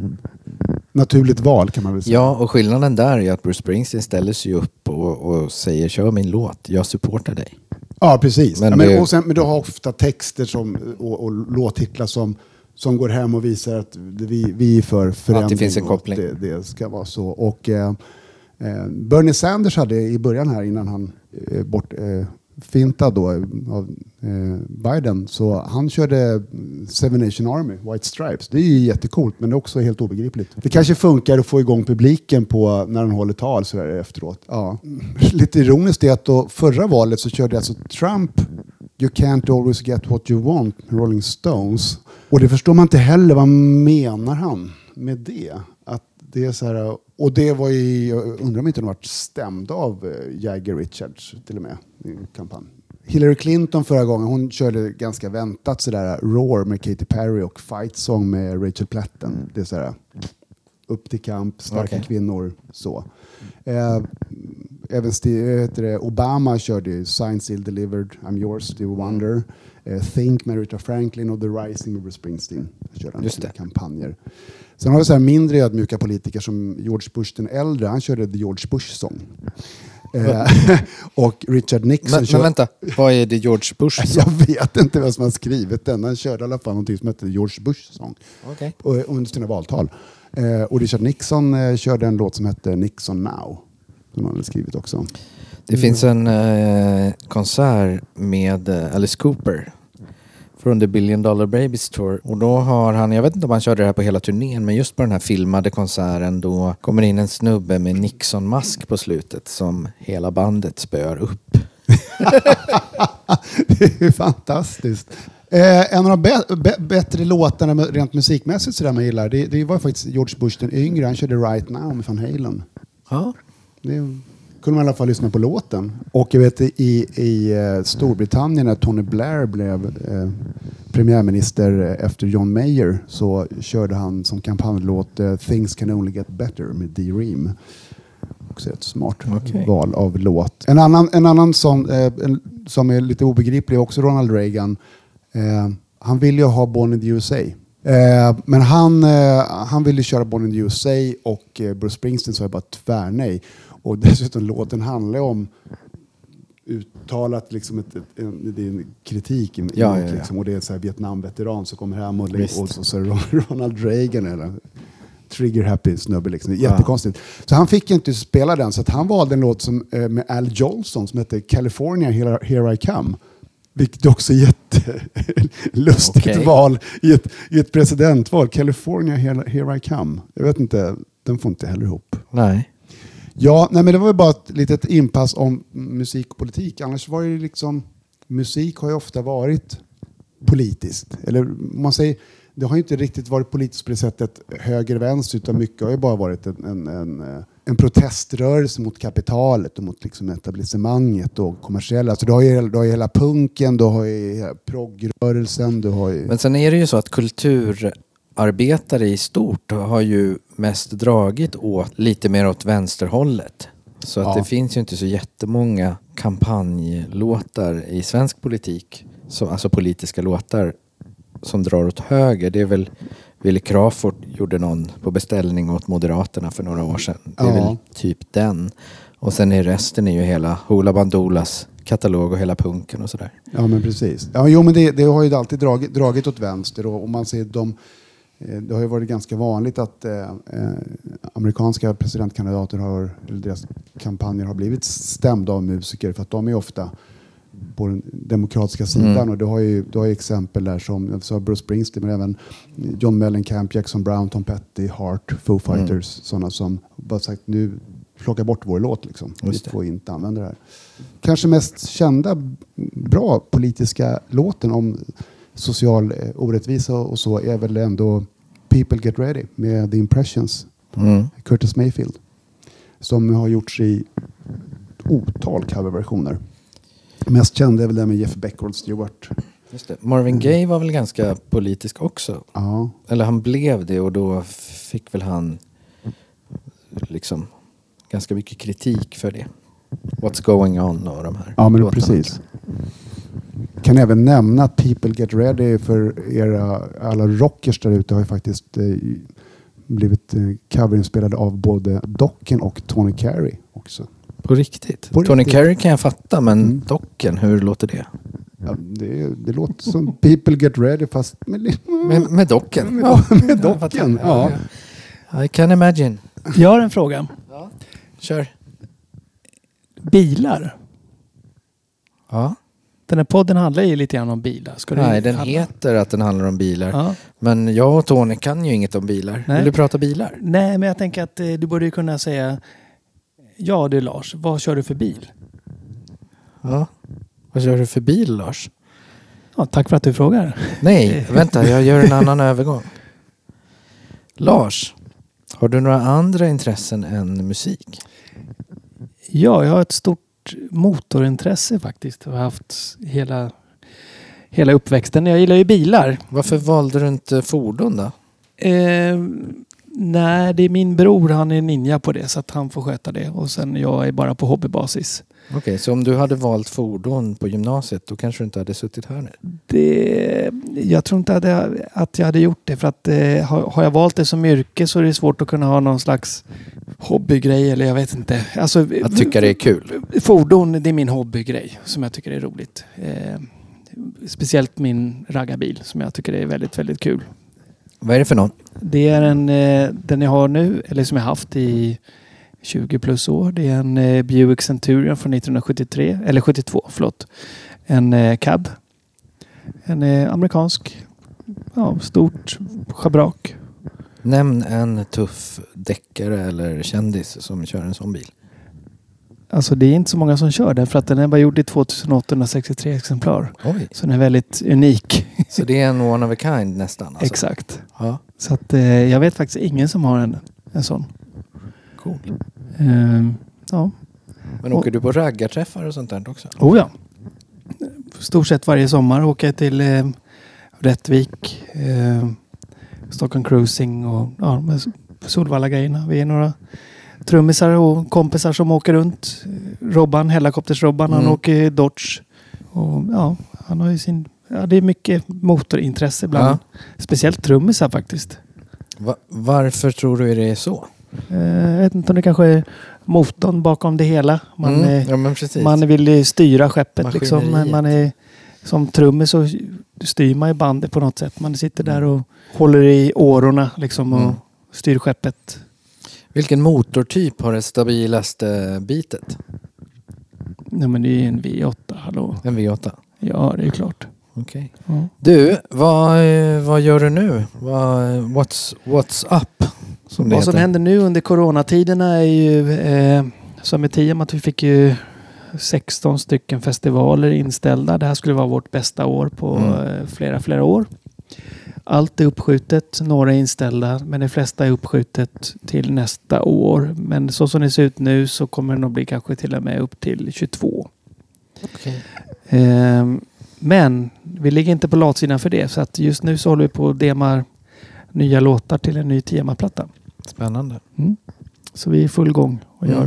naturligt val kan man väl säga. Ja, och skillnaden där är att Bruce Springsteen ställer sig upp och, och säger kör min låt, jag supportar dig. Ja, precis. Men Men, ja, men, det- och sen, men du har ofta texter som, och, och låttitlar som, som går hem och visar att vi, vi är för förändring. Att det finns en och koppling. Det, det ska vara så. Och, eh, eh, Bernie Sanders hade i början här innan han eh, bort... Eh, fintad då av eh, Biden, så han körde Seven Nation Army, White Stripes. Det är ju jättecoolt, men det är också helt obegripligt. Det kanske funkar att få igång publiken på när han håller tal så där efteråt. Ja. Lite ironiskt är att då förra valet så körde alltså Trump You can't always get what you want, Rolling Stones. Och det förstår man inte heller, vad menar han med det? Att det är så här, och det var ju, jag undrar om inte de varit stämda av eh, Jagger Richards till och med i kampanj. Hillary Clinton förra gången, hon körde ganska väntat sådär Roar med Katy Perry och Fight Song med Rachel Platten. Det är sådär upp till kamp, starka Okej. kvinnor, så. Eh, även sti- heter det, Obama körde ju Signed, Sealed, Delivered, I'm Yours, Do You Wonder. Eh, Think med Aretha Franklin och The Rising med Bruce Springsteen. Körde han Just sina det. kampanjer. Sen har vi så här mindre ödmjuka politiker som George Bush den äldre. Han körde The George Bush-sång. Eh, och Richard Nixon Men, men kör- vänta, vad är det George Bush? Jag vet inte vem som har skrivit den. Han körde i alla fall någonting som hette George Bush-sång. Okej. Och- under sina valtal. Eh, och Richard Nixon eh, körde en låt som hette Nixon Now. Som han hade skrivit också. Det finns en eh, konsert med eh, Alice Cooper från The Billion Dollar Babies Tour. Och då har han, jag vet inte om han körde det här på hela turnén, men just på den här filmade konserten då kommer in en snubbe med Nixon-mask på slutet som hela bandet spöar upp. Det är fantastiskt. Eh, en av de bä- bä- bättre låtarna med, rent musikmässigt sådär man gillar, det, det var faktiskt George Bush den yngre. Han körde Right Now med Van Halen. Ja. Det kunde man i alla fall lyssna på låten. Och jag vet i, i eh, Storbritannien när Tony Blair blev eh, premiärminister efter John Mayer så körde han som kampanjlåt eh, Things Can Only Get Better med D-Ream. Också ett smart Okej. val av låt. En annan, en annan som, eh, en, som är lite obegriplig är också Ronald Reagan. Eh, han ville ju ha Born in the U S A. Eh, men han, eh, han ville köra Born in the U S A och eh, Bruce Springsteen sa bara tvärnej. Och dessutom låten handlar om uttalat liksom ett, ett, en, det är en kritik emot, Ja, ja, ja. liksom, och det är en så här Vietnamveteran som kommer hem och, Visst. och så, så är det Ronald Reagan eller trigger happy snubbe liksom. Jättekonstigt. Så han fick inte spela den så att han valde en låt som, eh, med Al Jolson som heter California Here, Here I Come. Vilket också är jättelustigt Okej. val i ett, i ett presidentval. California Here, Here I Come. Jag vet inte, den får inte heller ihop. Nej. Ja, nej, men det var ju bara ett litet inpass om musik och politik. Annars var det liksom, musik har ju ofta varit politiskt. Eller man säger, det har ju inte riktigt varit politiskt på det sättet höger-vänster, utan mycket har ju bara varit en, en, en, en proteströrelse mot kapitalet och mot liksom etablissemanget och kommersiella. Alltså du har ju, du har ju hela punken, du har ju hela proggrörelsen, du har ju... Men sen är det ju så att kulturarbetare i stort har ju mest dragit åt lite mer åt vänsterhållet. Så att Ja. det finns ju inte så jättemånga kampanjlåtar i svensk politik, så, alltså politiska låtar som drar åt höger. Det är väl Wille Crawford gjorde någon på beställning åt Moderaterna för några år sedan. Det är Ja. väl typ den. Och sen är resten är ju hela Hoola Bandoolas katalog och hela punken och sådär. Ja, men precis. Ja, jo, men det, det har ju alltid dragit, dragit åt vänster och, och man ser de, eh, det har ju varit ganska vanligt att eh, eh, amerikanska presidentkandidater har, eller deras kampanjer har blivit stämda av musiker för att de är ofta på den demokratiska sidan. Mm. Och du har ju, du har ju exempel där som så Bruce Springsteen, men även John Mellencamp, Jackson Brown, Tom Petty, Heart, Foo Fighters, Mm. sådana som bara sagt nu plocka bort vår låt liksom. Vi Just det. får inte använda det här. Kanske mest kända bra politiska låten om social eh, orättvisa och så är väl ändå People Get Ready med The Impressions, Mm. Curtis Mayfield, som har gjorts i otal coverversioner. Mest känd är väl det med Jeff Beck och Stewart. Just det. Marvin Gaye var väl ganska politisk också. Ja, Eller han blev det och då fick väl han liksom ganska mycket kritik för det. What's going on och de här ja men låtarna. precis. Kan även nämna att People Get Ready för era alla rockers där ute har ju faktiskt eh, blivit eh, coverinspelade av både Dokken och Tony Carey också. På riktigt? På Tony riktigt. Carey kan jag fatta, men Mm. Dokken, hur låter det? Ja, det, det låter som People Get Ready fast med, Med, med Dokken? med, med Dokken. Ja. I can imagine. Jag har en fråga. Kör. Bilar. Ja. Den här podden handlar ju lite grann om bilar. Ska Nej, du den handla? heter att den handlar om bilar. Ja. Men jag och Tony kan ju inget om bilar. Nej. Vill du prata bilar? Nej, men jag tänker att eh, du borde ju kunna säga ja du Lars, vad kör du för bil? Ja. Vad kör du för bil, Lars? Ja, tack för att du frågar. Nej, vänta, jag gör en annan övergång. Lars, har du några andra intressen än musik? Ja, jag har ett stort motorintresse faktiskt. Jag har haft hela, hela uppväxten. Jag gillar ju bilar. Varför valde du inte fordon då? Eh, nej, det är min bror. Han är ninja på det så att han får sköta det. Och sen jag är bara på hobbybasis. Okej, så om du hade valt fordon på gymnasiet då kanske du inte hade suttit här nu? Det, jag tror inte att jag, att jag hade gjort det. För att eh, har, har jag valt det som yrke så är det svårt att kunna ha någon slags hobbygrej. Eller jag vet inte. Alltså, Att tycka det är kul? Fordon, det är min hobbygrej som jag tycker är roligt. Eh, speciellt min raggarbil som jag tycker är väldigt, väldigt kul. Vad är det för någon? Det är en, eh, den jag har nu, eller som jag haft i tjugo plus år. Det är en eh, Buick Centurion från nittonhundrasjuttiotre, eller sjuttiotvå, förlåt. En eh, cab. En eh, amerikansk, ja, stort schabrak. Nämn en tuff deckare eller kändis som kör en sån bil. Alltså det är inte så många som kör den för att den är bara gjord i tvåtusenåttahundrasextiotre exemplar. Oj. Så den är väldigt unik. Så det är en one of a kind nästan? Alltså. Exakt. Ja, Så att eh, jag vet faktiskt ingen som har en, en sån. cool. Ehm, ja. Men åker du på raggarträffar och sånt där också? Oh ja. Stort sett varje sommar åker jag till eh, Rättvik, eh, Stockholm Cruising och ja, med Solvalla-grejerna. Vi är några trummisar och kompisar som åker runt. Robban, Helikopters-Robban, Mm. han åker Dodge. Och ja, han har ju sin... Ja, det är mycket motorintresse bland Ja. speciellt trummisar faktiskt. Va- varför tror du det är så? Eh, jag vet inte om det kanske är motorn bakom det hela. Man, mm. eh, Ja, men precis. man vill ju styra skeppet liksom. Maskineriet. Man är, som trummis så styr man i bandet på något sätt. Man sitter där och håller i årorna liksom och Mm. styr skeppet. Vilken motortyp har det stabilaste bitet? Nej, men det är en V åtta, hallå. En V åtta? Ja, det är ju klart. Okej. Ja. Du, vad, eh, vad gör du nu? Vad, what's, what's up? Som det Vad som heter. händer nu under coronatiderna är ju eh, som i Tiam att vi fick ju sexton stycken festivaler inställda. Det här skulle vara vårt bästa år på Mm. eh, flera, flera år. Allt är uppskjutet, några är inställda, men de flesta är uppskjutet till nästa år. Men så som det ser ut nu så kommer det nog bli kanske till och med upp till tjugotvå. Okej. Eh, men vi ligger inte på latsidan för det. Så att just nu så håller vi på att demar nya låtar till en ny temaplatta. Spännande. Mm. Så vi är i full gång och Mm. gör.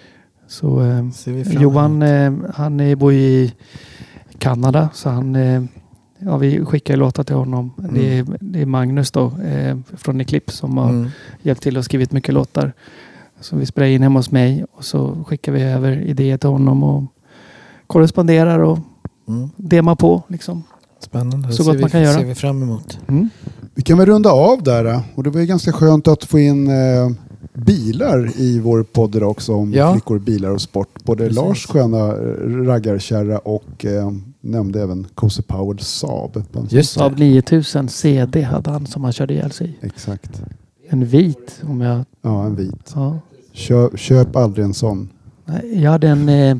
Så eh, Ser vi fram Johan emot. eh, han är, bor i Kanada så han eh, ja, vi skickar låtar till honom. Mm. Det, är, det är Magnus då eh, från Eclipse som har Mm. hjälpt till och skrivit mycket låtar. Så vi spelar in hemma hos mig och så skickar vi över idéer till honom och korresponderar och Mm. demar på liksom. Spännande. Så Det gott ser man vi, kan göra. ser vi fram emot. Mm. Vi kan väl runda av där. Och det var ju ganska skönt att få in eh, bilar i vår podd idag också om Ja. flickor, bilar och sport. Både Precis. Lars sköna eh, raggarkärra och eh, nämnde även Cozy Powell Saab. Just det. Saab nio tusen C D hade han som han körde ihjäl sig i. Exakt. En vit om jag... Ja, en vit. Ja. Köp, köp aldrig en sån. Nej, jag hade en... Eh,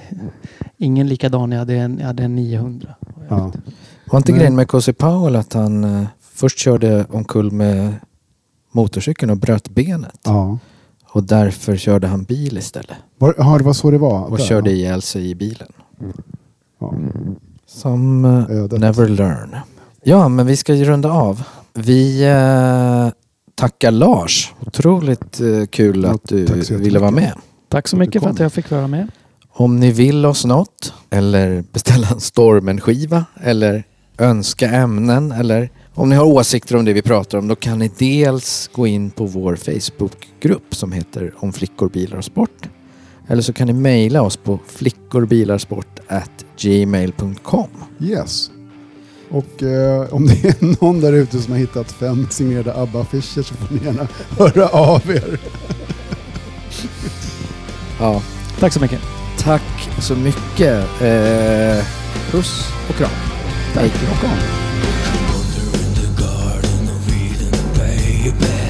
ingen likadan. Jag hade en, jag hade en niohundra. Ja. Var inte Men- grejen med Cozy Powell att han eh, först körde omkull med motorcykeln och bröt benet? Ja. Och därför körde han bil istället. Var, aha, det var så det var. Och Där, körde ja. ihjäl sig i bilen. Ja. Som eh, Ödet. never learn. Ja, men vi ska ju runda av. Vi eh, tackar Lars. Otroligt eh, kul Ja, att du tack så ville vara med. jättemycket. Tack så Du mycket för kom. att jag fick vara med. Om ni vill oss något eller beställa en Stormen-skiva eller önska ämnen eller om ni har åsikter om det vi pratar om, då kan ni dels gå in på vår Facebookgrupp som heter Om flickor, bilar och sport. Eller så kan ni mejla oss på flickorbilarsport at gmail dot com. Yes. Och eh, om det är någon där ute som har hittat fem signerade ABBA-affischer så får ni gärna höra av er. Ja, Tack så mycket. tack så mycket. Eh, puss och kram. Hej. Och om. Wonder in the garden of Eden, baby.